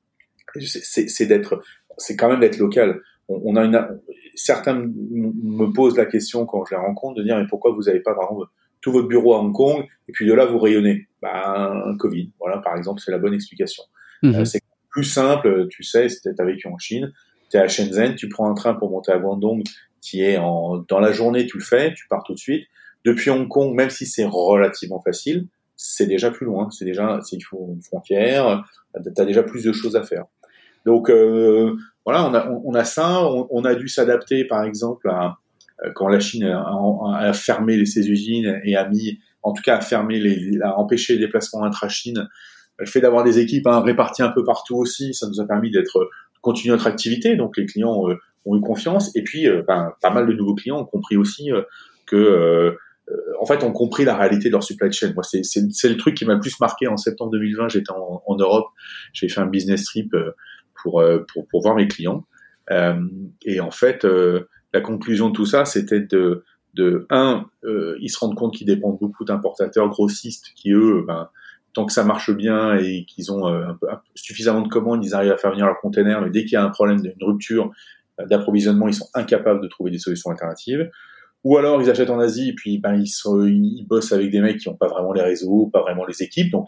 c'est, c'est d'être, c'est quand même d'être local. On, on a une, certains me posent la question quand je les rencontre de dire mais pourquoi vous n'avez pas par exemple tout votre bureau à Hong Kong et puis de là vous rayonnez. Ben Covid, voilà par exemple c'est la bonne explication. Mmh. Euh, c'est plus simple, tu sais, si t'as vécu en Chine, t'es à Shenzhen, tu prends un train pour monter à Guangdong, qui est en dans la journée tu le fais, tu pars tout de suite. Depuis Hong Kong, même si c'est relativement facile, c'est déjà plus loin, c'est déjà, c'est, il faut une frontière, t'as déjà plus de choses à faire. Donc euh, voilà, on a, on a ça, on, on a dû s'adapter par exemple à quand la Chine a, a, a fermé ses usines et a mis, en tout cas a fermé les, a empêché les déplacements intra-Chine. Le fait d'avoir des équipes hein, réparties un peu partout aussi, ça nous a permis d'être de continuer notre activité. Donc les clients euh, ont eu confiance et puis euh, ben, pas mal de nouveaux clients ont compris aussi euh, que euh, en fait, ont compris la réalité de leur supply chain. Moi, c'est, c'est, c'est le truc qui m'a le plus marqué en septembre deux mille vingt. J'étais en, en Europe, j'ai fait un business trip euh, pour, euh, pour, pour voir mes clients. Euh, et en fait, euh, la conclusion de tout ça, c'était de, de un, euh, ils se rendent compte qu'ils dépendent beaucoup d'importateurs grossistes qui, eux, ben, tant que ça marche bien et qu'ils ont euh, un peu, un peu, suffisamment de commandes, ils arrivent à faire venir leurs containers, mais dès qu'il y a un problème, une rupture euh, d'approvisionnement, ils sont incapables de trouver des solutions alternatives. Ou alors ils achètent en Asie et puis ben ils, sont, ils bossent avec des mecs qui n'ont pas vraiment les réseaux, pas vraiment les équipes. Donc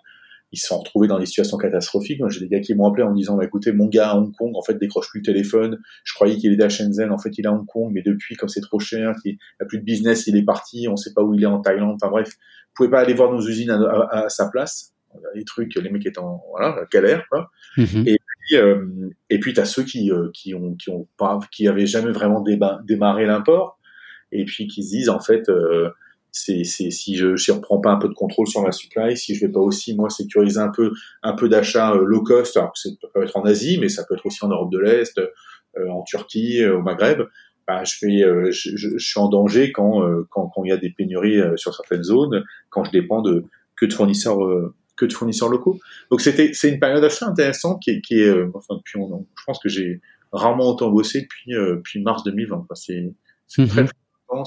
ils se sont retrouvés dans des situations catastrophiques. Moi, j'ai des gars qui m'ont appelé en me disant, bah, écoutez, mon gars à Hong Kong, en fait, décroche plus le téléphone. Je croyais qu'il était à Shenzhen. En fait, il est à Hong Kong, mais depuis, comme c'est trop cher, qu'il n'a plus de business, il est parti. On sait pas où il est en Thaïlande. Enfin, bref. Vous pouvez pas aller voir nos usines à, à, à sa place. Les trucs, les mecs étaient en, voilà, galère, quoi. Mm-hmm. Et puis, euh, et puis, t'as ceux qui, euh, qui ont, qui ont pas, qui avaient jamais vraiment déba- démarré l'import. Et puis, qui se disent, en fait, euh, c'est, c'est si je ne reprends pas un peu de contrôle sur ma supply, si je vais pas aussi moi sécuriser un peu un peu d'achat euh, low cost, alors ça peut être en Asie, mais ça peut être aussi en Europe de l'Est, euh, en Turquie, euh, au Maghreb, bah, je fais euh, je, je, je suis en danger quand euh, quand quand il y a des pénuries euh, sur certaines zones, quand je dépends de que de fournisseurs euh, que de fournisseurs locaux. Donc c'était c'est une période assez intéressante qui est qui est euh, enfin depuis on, je pense que j'ai rarement autant bossé depuis euh, depuis mars deux mille vingt. Quoi. C'est c'est mm-hmm. très très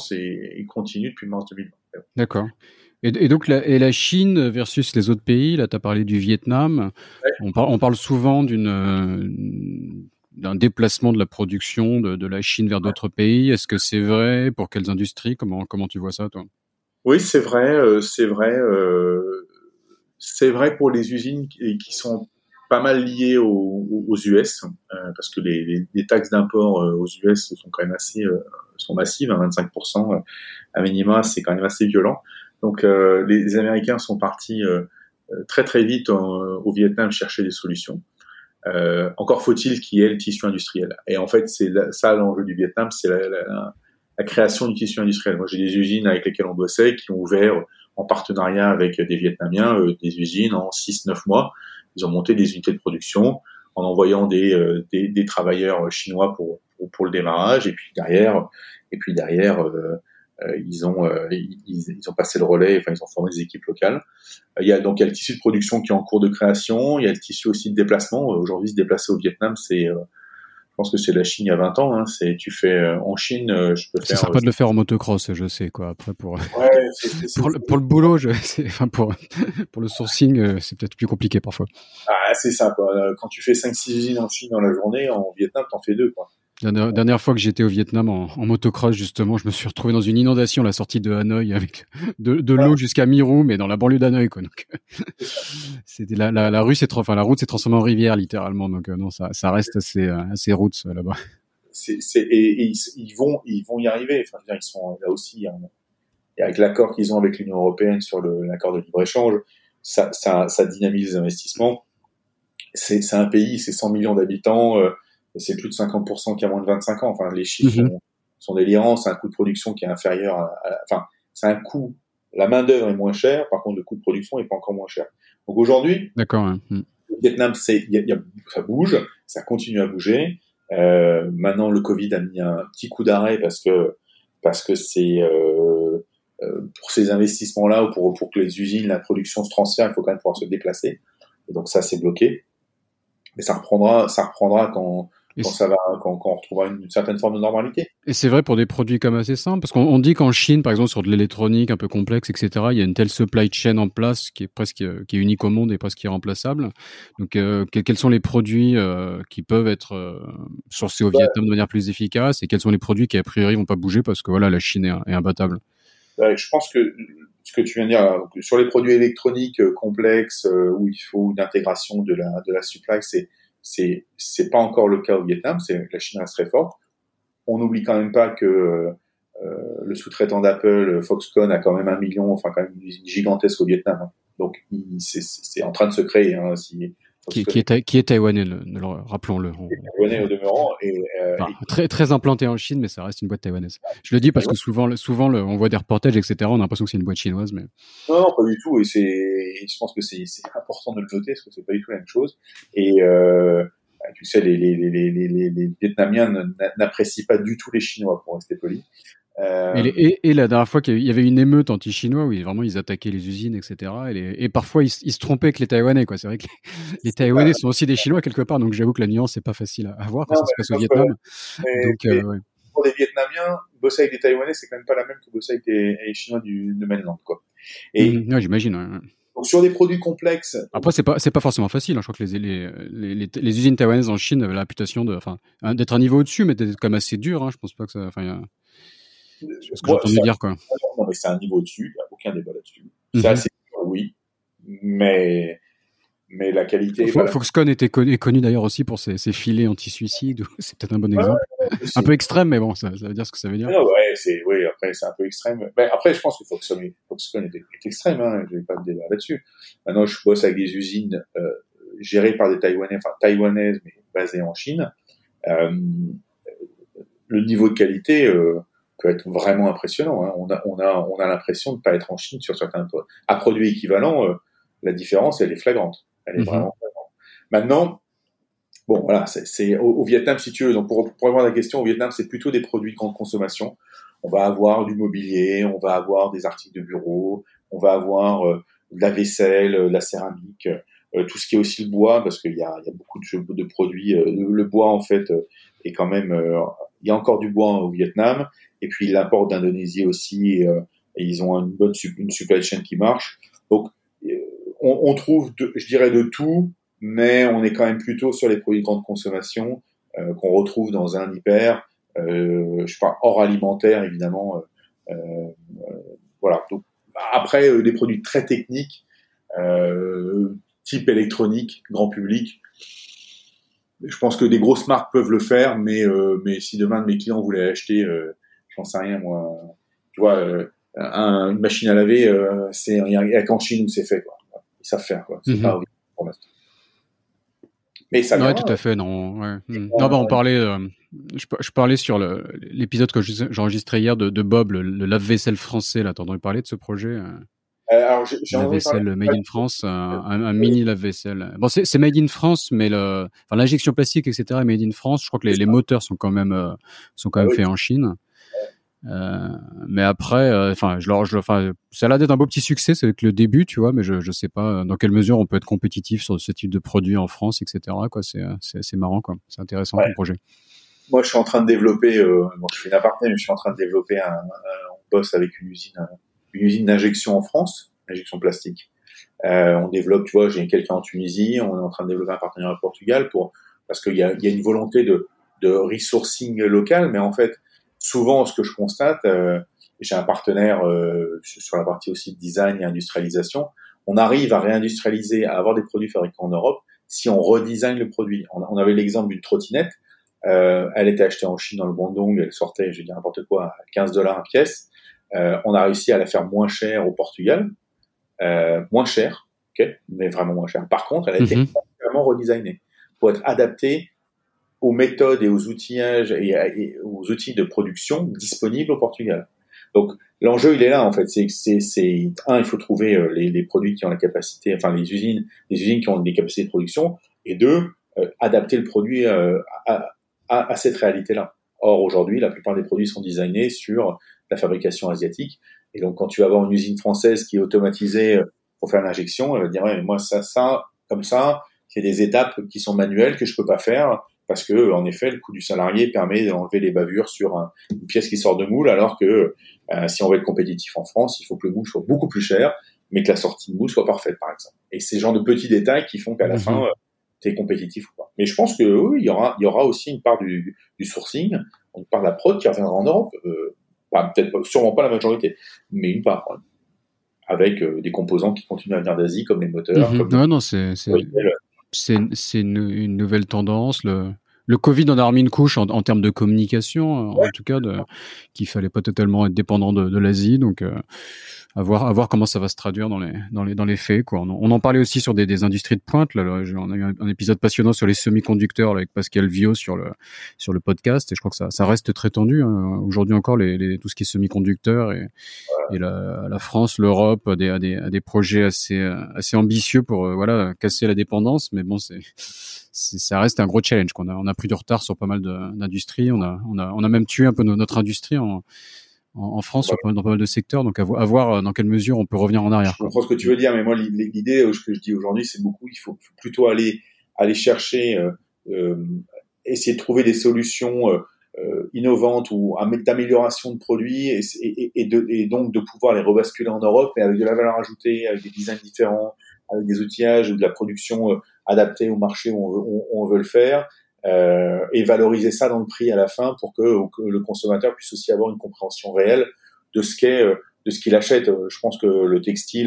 et il continue depuis mars deux mille vingt. D'accord. Et, et donc, la, et la Chine versus les autres pays, là, tu as parlé du Vietnam. Ouais. On, par, on parle souvent d'une, euh, d'un déplacement de la production de, de la Chine vers d'autres ouais. pays. Est-ce que c'est vrai? Pour quelles industries? Comment, comment tu vois ça, toi? Oui, c'est vrai. Euh, c'est vrai. Euh, c'est vrai pour les usines qui, qui sont pas mal liées aux, aux U S, euh, parce que les, les, les taxes d'import euh, aux U S sont quand même assez euh, sont massives, hein, vingt-cinq pour cent euh, à minima, c'est quand même assez violent. Donc euh, les, les Américains sont partis euh, très très vite en, au Vietnam chercher des solutions. Euh, encore faut-il qu'il y ait le tissu industriel. Et en fait, c'est la, ça l'enjeu du Vietnam, c'est la, la, la création du tissu industriel. Moi, j'ai des usines avec lesquelles on bossait qui ont ouvert en partenariat avec des Vietnamiens euh, des usines en six neuf mois. Ils ont monté des unités de production en envoyant des, euh, des, des travailleurs chinois pour, pour, pour le démarrage. Et puis derrière, et puis derrière, euh, euh, ils ont euh, ils, ils ont passé le relais. Enfin, ils ont formé des équipes locales. Il y a donc il y a le tissu de production qui est en cours de création. Il y a le tissu aussi de déplacement. Aujourd'hui, se déplacer au Vietnam, c'est euh, je pense que c'est la Chine il y a vingt ans. Hein. C'est tu fais euh, en Chine, euh, je peux ça faire. Ça sert pas de le faire en motocross, je sais quoi. Après pour ouais, c'est, c'est, c'est, pour, le, pour le boulot, je, c'est, enfin pour pour le sourcing, c'est peut-être plus compliqué parfois. Ah, c'est ça. Quoi. Quand tu fais cinq six usines en Chine dans la journée, en Vietnam, t'en fais deux, quoi. Dernière, dernière fois que j'étais au Vietnam en, en motocross, justement, je me suis retrouvé dans une inondation à la sortie de Hanoï avec de, de l'eau jusqu'à Miru, mais dans la banlieue d'Hanoï, quoi. Donc, c'était la, la, la rue s'est, enfin, la route s'est transformée en rivière, littéralement. Donc, euh, non, ça, ça reste assez, assez route, ça, là-bas. C'est, c'est, et, et ils, ils vont, ils vont y arriver. Enfin, je veux dire, ils sont là aussi, hein, et avec l'accord qu'ils ont avec l'Union européenne sur le, l'accord de libre-échange, ça, ça, ça dynamise les investissements. C'est, c'est un pays, c'est cent millions d'habitants, euh, c'est plus de cinquante pour cent qui a moins de vingt-cinq ans. Enfin, les chiffres mm-hmm. sont, sont délirants. C'est un coût de production qui est inférieur à, à, enfin, c'est un coût. La main d'œuvre est moins chère, par contre, le coût de production est pas encore moins cher. Donc aujourd'hui, d'accord. Hein. Le Vietnam, c'est, y a, y a, ça bouge, ça continue à bouger. Euh, maintenant, le Covid a mis un petit coup d'arrêt parce que parce que c'est euh, euh, pour ces investissements-là ou pour pour que les usines, la production se transfère, il faut quand même pouvoir se déplacer. Et donc ça, c'est bloqué. Mais ça reprendra, ça reprendra quand, quand ça va, quand, quand on retrouvera une, une certaine forme de normalité. Et c'est vrai pour des produits comme assez simples, parce qu'on on dit qu'en Chine, par exemple, sur de l'électronique un peu complexe, et cetera, il y a une telle supply chain en place qui est presque, qui est unique au monde et presque irremplaçable. Donc, euh, quels sont les produits euh, qui peuvent être euh, sourcés au Vietnam ouais. de manière plus efficace, et quels sont les produits qui a priori vont pas bouger parce que voilà, la Chine est, est imbattable. Ouais, je pense que ce que tu viens de dire sur les produits électroniques euh, complexes euh, où il faut une intégration de la de la supply, c'est c'est c'est pas encore le cas au Vietnam. C'est la Chine reste très forte. On n'oublie quand même pas que euh, le sous-traitant d'Apple, Foxconn, a quand même un million, enfin quand même une usine gigantesque au Vietnam. Hein. Donc il, c'est, c'est en train de se créer. Hein, si, qui, qui, est, qui est taïwanais, le, le, rappelons-le. Qui est taïwanais au demeurant. Et, euh, enfin, et... Très, très implanté en Chine, mais ça reste une boîte taïwanaise. Je le dis parce que souvent, souvent le, on voit des reportages, et cetera. On a l'impression que c'est une boîte chinoise, mais non, non, pas du tout. Et c'est, et je pense que c'est, c'est important de le noter parce que c'est pas du tout la même chose. Et euh, tu sais, les, les, les, les, les, les Vietnamiens n'apprécient pas du tout les Chinois, pour rester poli. Euh... Et, les, et, et la dernière fois qu'il y avait une émeute anti-chinois où ils, vraiment ils attaquaient les usines, et cetera. Et, les, et parfois ils, ils se trompaient avec les Taïwanais, quoi. C'est vrai que les, les Taïwanais sont aussi des Chinois quelque part, donc j'avoue que la nuance n'est pas facile à, à voir quand non, ça se passe au Vietnam. Euh, donc, euh, ouais. Pour les Vietnamiens, bosser avec les Taïwanais, c'est quand même pas la même que bosser avec les, les Chinois du, de mainland, quoi. Et mmh, ouais, j'imagine. Ouais. Donc sur des produits complexes. Après, c'est pas c'est pas forcément facile. Hein. Je crois que les les, les les les usines taïwanaises en Chine avaient la réputation de, enfin, d'être un niveau au-dessus, mais d'être quand même assez dur. Hein. Je pense pas que ça. Enfin, il y a... C'est ce que ouais, j'ai entendu dire, quoi. Non, mais c'est un niveau au-dessus. Il y a aucun débat là-dessus. Mm-hmm. C'est assez dur, oui, mais mais la qualité. Fo- Voilà. Foxconn était connu, est connu d'ailleurs aussi pour ses, ses filets anti-suicide. C'est peut-être un bon exemple. Ouais, ouais, Un peu extrême, mais bon, ça, ça veut dire ce que ça veut dire. non, ouais, c'est, oui, après, c'est un peu extrême. Mais après, je pense que Foxconn, est- Foxconn est, est extrême, hein. Je n'ai pas de débat là-dessus. Maintenant, je bosse avec des usines, euh, gérées par des Taïwanais, enfin, taïwanaises, mais basées en Chine. Euh, le niveau de qualité, euh, peut être vraiment impressionnant, hein. On a, on a, on a l'impression de ne pas être en Chine sur certains produits. À produits équivalents, euh, la différence, elle est flagrante. Elle est Mhm. vraiment flagrante. Maintenant, bon, voilà, c'est, c'est au, au Vietnam, si tu veux. Donc, pour, pour répondre à la question, au Vietnam, c'est plutôt des produits de grande consommation. On va avoir du mobilier, on va avoir des articles de bureau, on va avoir euh, de la vaisselle, euh, de la céramique, euh, tout ce qui est aussi le bois, parce qu'il y a, il y a beaucoup de, de produits. Euh, le, le bois, en fait, euh, est quand même. Euh, il y a encore du bois au Vietnam, et puis ils l'importent d'Indonésie aussi, et, euh, et ils ont une bonne une supply chain qui marche. Donc, euh, on, on trouve, de, je dirais, de tout. Mais on est quand même plutôt sur les produits de grande consommation euh, qu'on retrouve dans un hyper, euh, je parle hors alimentaire évidemment. Euh, euh, voilà. Donc, après, euh, des produits très techniques, euh, type électronique, grand public. Je pense que des grosses marques peuvent le faire, mais euh, mais si demain de mes clients voulaient acheter, euh, j'en sais rien moi, tu vois, euh, un, une machine à laver, euh, c'est il y a qu'en Chine où c'est fait quoi. Ils savent faire quoi. C'est Mhm. pas pour l'instant. Mais ça Ouais, viendra. tout à fait, non. Ouais. Hmm. Non, bah, on parlait, euh, je, je parlais sur le, l'épisode que j'ai enregistré hier de, de Bob, le, le lave-vaisselle français, là. T'as entendu parler de ce projet? euh, Euh, alors, j'ai, j'ai entendu parler. Lave-vaisselle made in France, un, un, un mini lave-vaisselle. Bon, c'est, c'est made in France, mais le, enfin, l'injection plastique, et cetera est made in France. Je crois que les, les moteurs sont quand même, euh, sont quand Ah même oui. faits en Chine. Euh, mais après, euh, enfin, je leur, je, enfin, ça a l'air d'être un beau petit succès, c'est avec le début, tu vois, mais je, je sais pas dans quelle mesure on peut être compétitif sur ce type de produit en France, et cetera. Quoi, c'est, c'est, c'est marrant, quoi. C'est intéressant Ouais. comme projet. Moi, je suis en train de développer. Euh, bon, je fais une aparté, mais je suis en train de développer un. un on bosse avec une usine, une usine d'injection en France, injection plastique. Euh, on développe, tu vois, j'ai quelqu'un en Tunisie. On est en train de développer un partenariat au Portugal pour parce qu'il y a, il y a une volonté de, de resourcing local, mais en fait, souvent, ce que je constate, euh, j'ai un partenaire euh, sur la partie aussi design et industrialisation. On arrive à réindustrialiser, à avoir des produits fabriqués en Europe si on redesign le produit. On, on avait l'exemple d'une trottinette. Euh, elle était achetée en Chine dans le Guangdong, elle sortait, je vais dire n'importe quoi, à quinze dollars une pièce. Euh, on a réussi à la faire moins chère au Portugal, euh, moins chère, ok, mais vraiment moins chère. Par contre, elle a été Mhm. vraiment redesignée pour être adaptée aux méthodes et aux outillages et, et aux outils de production disponibles au Portugal. Donc l'enjeu il est là en fait, c'est c'est c'est un, il faut trouver euh, les, les produits qui ont la capacité, enfin les usines, les usines qui ont des capacités de production, et deux, euh, adapter le produit euh, à, à, à cette réalité-là. Or aujourd'hui, la plupart des produits sont designés sur la fabrication asiatique, et donc quand tu vas avoir une usine française qui est automatisée pour faire l'injection, elle va dire ouais mais moi ça ça comme ça, c'est des étapes qui sont manuelles que je peux pas faire. Parce que, en effet, le coût du salarié permet d'enlever les bavures sur un, une pièce qui sort de moule, alors que euh, si on veut être compétitif en France, il faut que le moule soit beaucoup plus cher, mais que la sortie de moule soit parfaite, par exemple. Et c'est ce genre de petits détails qui font qu'à la Mhm. fin, euh, tu es compétitif ou pas. Mais je pense que oui, il y aura, il y aura aussi une part du, du sourcing, une part de la prod qui reviendra en Europe. Euh, bah, peut-être pas, sûrement pas la majorité, mais une part, ouais. Avec euh, des composants qui continuent à venir d'Asie, comme les moteurs, Mhm. comme les Ouais, non, c'est, c'est, c'est, c'est une, une nouvelle tendance. Le, le Covid en a remis une couche en, en termes de communication, en tout cas, de, qu'il fallait pas totalement être dépendant de, de l'Asie. Donc, euh, à voir, à voir comment ça va se traduire dans les, dans les, dans les faits, quoi. On, on en parlait aussi sur des, des industries de pointe. Là, là, on a eu un, un épisode passionnant sur les semi-conducteurs là, avec Pascal Viau sur le, sur le podcast. Et je crois que ça, ça reste très tendu, hein. Aujourd'hui encore, les, les, tout ce qui est semi-conducteurs et, et la, la France, l'Europe a des, a des, a des projets assez, assez ambitieux pour euh, voilà casser la dépendance. Mais bon, c'est, c'est, ça reste un gros challenge. Qu'on a, on a pris du retard sur pas mal de, d'industries. On a, on a, on a même tué un peu no, notre industrie en, en, en France sur pas mal, dans pas mal de secteurs. Donc à, vo- à voir dans quelle mesure on peut revenir en arrière. Je comprends ce que tu veux dire, mais moi l'idée euh, ce que je dis aujourd'hui, c'est beaucoup. Il faut plutôt aller aller chercher, euh, euh, essayer de trouver des solutions euh, euh, innovantes ou d'amélioration de produits et, et, et, de, et donc de pouvoir les rebasculer en Europe, mais avec de la valeur ajoutée, avec des designs différents, avec des outillages ou de la production euh, adaptée au marché où on veut, où on veut le faire. Euh, et valoriser ça dans le prix à la fin pour que, que le consommateur puisse aussi avoir une compréhension réelle de ce qu'est euh, de ce qu'il achète. Je pense que le textile,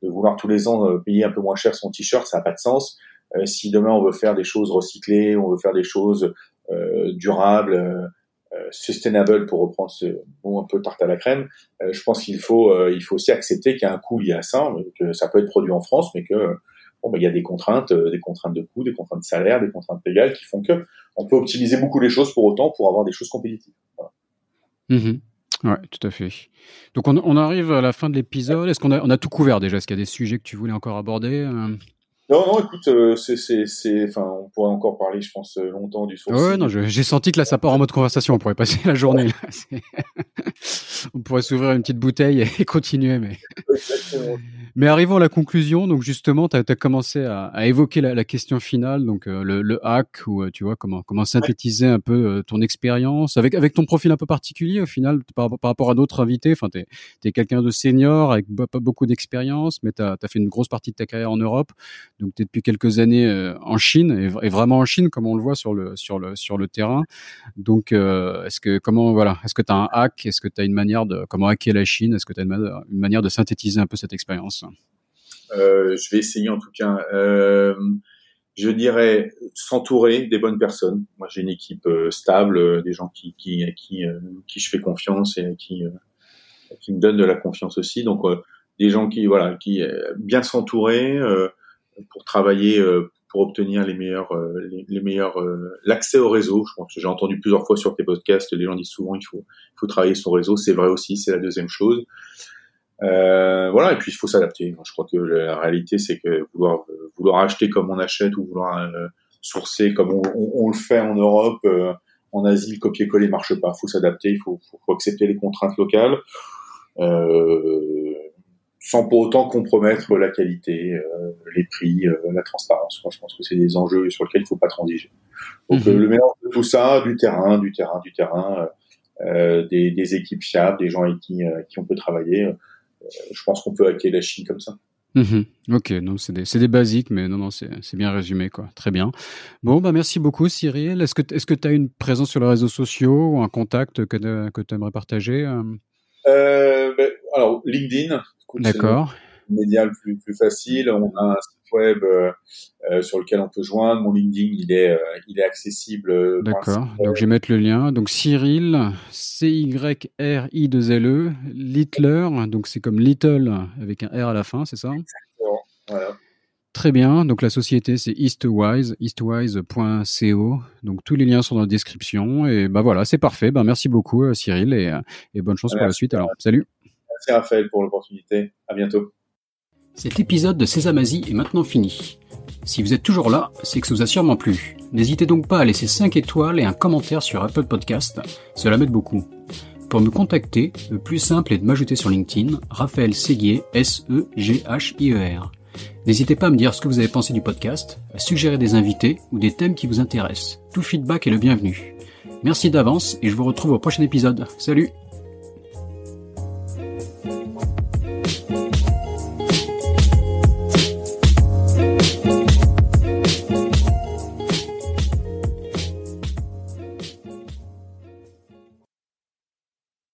de vouloir tous les ans euh, payer un peu moins cher son t-shirt, ça n'a pas de sens. Euh, si demain on veut faire des choses recyclées, on veut faire des choses euh, durables, euh, sustainable pour reprendre ce mot un peu tarte à la crème, euh, je pense qu'il faut euh, il faut aussi accepter qu'il y a un coût lié à ça, que ça peut être produit en France, mais que bon, bah, il y a des contraintes, euh, des contraintes de coût, des contraintes de salaire, des contraintes légales qui font que on peut optimiser beaucoup les choses pour autant pour avoir des choses compétitives. Voilà. Mmh. Ouais, tout à fait. Donc on, on arrive à la fin de l'épisode. Est-ce qu'on a on a tout couvert déjà? Est-ce qu'il y a des sujets que tu voulais encore aborder? euh... Non, non, écoute, euh, c'est, c'est, c'est, enfin, on pourrait encore parler, je pense, longtemps du sourcing. Ouais, non, je, j'ai senti que là, ça part en mode conversation. On pourrait passer la journée. Là. C'est... on pourrait s'ouvrir une petite bouteille et continuer, mais. Exactement. Mais arrivons à la conclusion. Donc justement, tu as commencé à, à évoquer la, la question finale, donc euh, le, le hack, ou euh, tu vois comment comment synthétiser un peu euh, ton expérience avec avec ton profil un peu particulier au final par, par rapport à d'autres invités. Enfin, t'es t'es quelqu'un de senior avec pas beaucoup d'expérience, mais t'as t'as fait une grosse partie de ta carrière en Europe. Donc, tu es depuis quelques années euh, en Chine et, et vraiment en Chine, comme on le voit sur le sur le sur le terrain. Donc, euh, est-ce que comment voilà, est-ce que tu as un hack? Est-ce que tu as une manière de comment hacker la Chine? Est-ce que tu as une, une manière de synthétiser un peu cette expérience? euh, Je vais essayer en tout cas. Euh, je dirais s'entourer des bonnes personnes. Moi, j'ai une équipe euh, stable, euh, des gens qui qui qui euh, qui je fais confiance et qui euh, qui me donnent de la confiance aussi. Donc, euh, des gens qui voilà qui euh, bien s'entourer. Euh, pour travailler, euh, pour obtenir les meilleurs, euh, les, les meilleurs, euh, l'accès au réseau. Je pense que j'ai entendu plusieurs fois sur tes podcasts, les gens disent souvent il faut, il faut travailler son réseau. C'est vrai aussi, c'est la deuxième chose. Euh, voilà, et puis il faut s'adapter. Je crois que la réalité, c'est que vouloir, vouloir acheter comme on achète ou vouloir euh, sourcer comme on, on, on le fait en Europe, euh, en Asie, le copier-coller marche pas. Il faut s'adapter, il faut, faut, faut accepter les contraintes locales. Euh, sans pour autant compromettre la qualité, euh, les prix, euh, la transparence. Moi, je pense que c'est des enjeux sur lesquels il ne faut pas transiger. Donc, mmh. euh, le mélange de tout ça, du terrain, du terrain, du terrain, euh, des, des équipes fiables, des gens avec qui, euh, qui on peut travailler, euh, je pense qu'on peut hacker la Chine comme ça. Mmh. Ok, non, c'est des, c'est des basiques, mais non, non, c'est, c'est bien résumé, quoi. Très bien. Bon, bah, merci beaucoup, Cyril. Est-ce que, est-ce que tu as une présence sur les réseaux sociaux ou un contact que, que tu aimerais partager? euh, ben, Alors, LinkedIn. Écoute, d'accord. C'est le média le plus, plus facile. On a un site web euh, euh, sur lequel on peut joindre. Mon LinkedIn, il est, euh, il est accessible. Euh, d'accord. Donc, je vais mettre le lien. Donc, Cyril, C Y R I deux L E, Littler, donc c'est comme Little avec un R à la fin, c'est ça? Exactement. Voilà. Très bien. Donc, la société, c'est Eastwise, eastwise point co. Donc, tous les liens sont dans la description. Et bah voilà, c'est parfait. Ben, merci beaucoup, Cyril, et, et bonne chance merci pour la suite. Alors, salut. Merci, Raphaël, pour l'opportunité. À bientôt. Cet épisode de Sésame Asie est maintenant fini. Si vous êtes toujours là, c'est que ça vous a sûrement plu. N'hésitez donc pas à laisser cinq étoiles et un commentaire sur Apple Podcast. Cela m'aide beaucoup. Pour me contacter, le plus simple est de m'ajouter sur LinkedIn, Raphaël Séguier, S E G H I E R. N'hésitez pas à me dire ce que vous avez pensé du podcast, à suggérer des invités ou des thèmes qui vous intéressent. Tout feedback est le bienvenu. Merci d'avance et je vous retrouve au prochain épisode. Salut!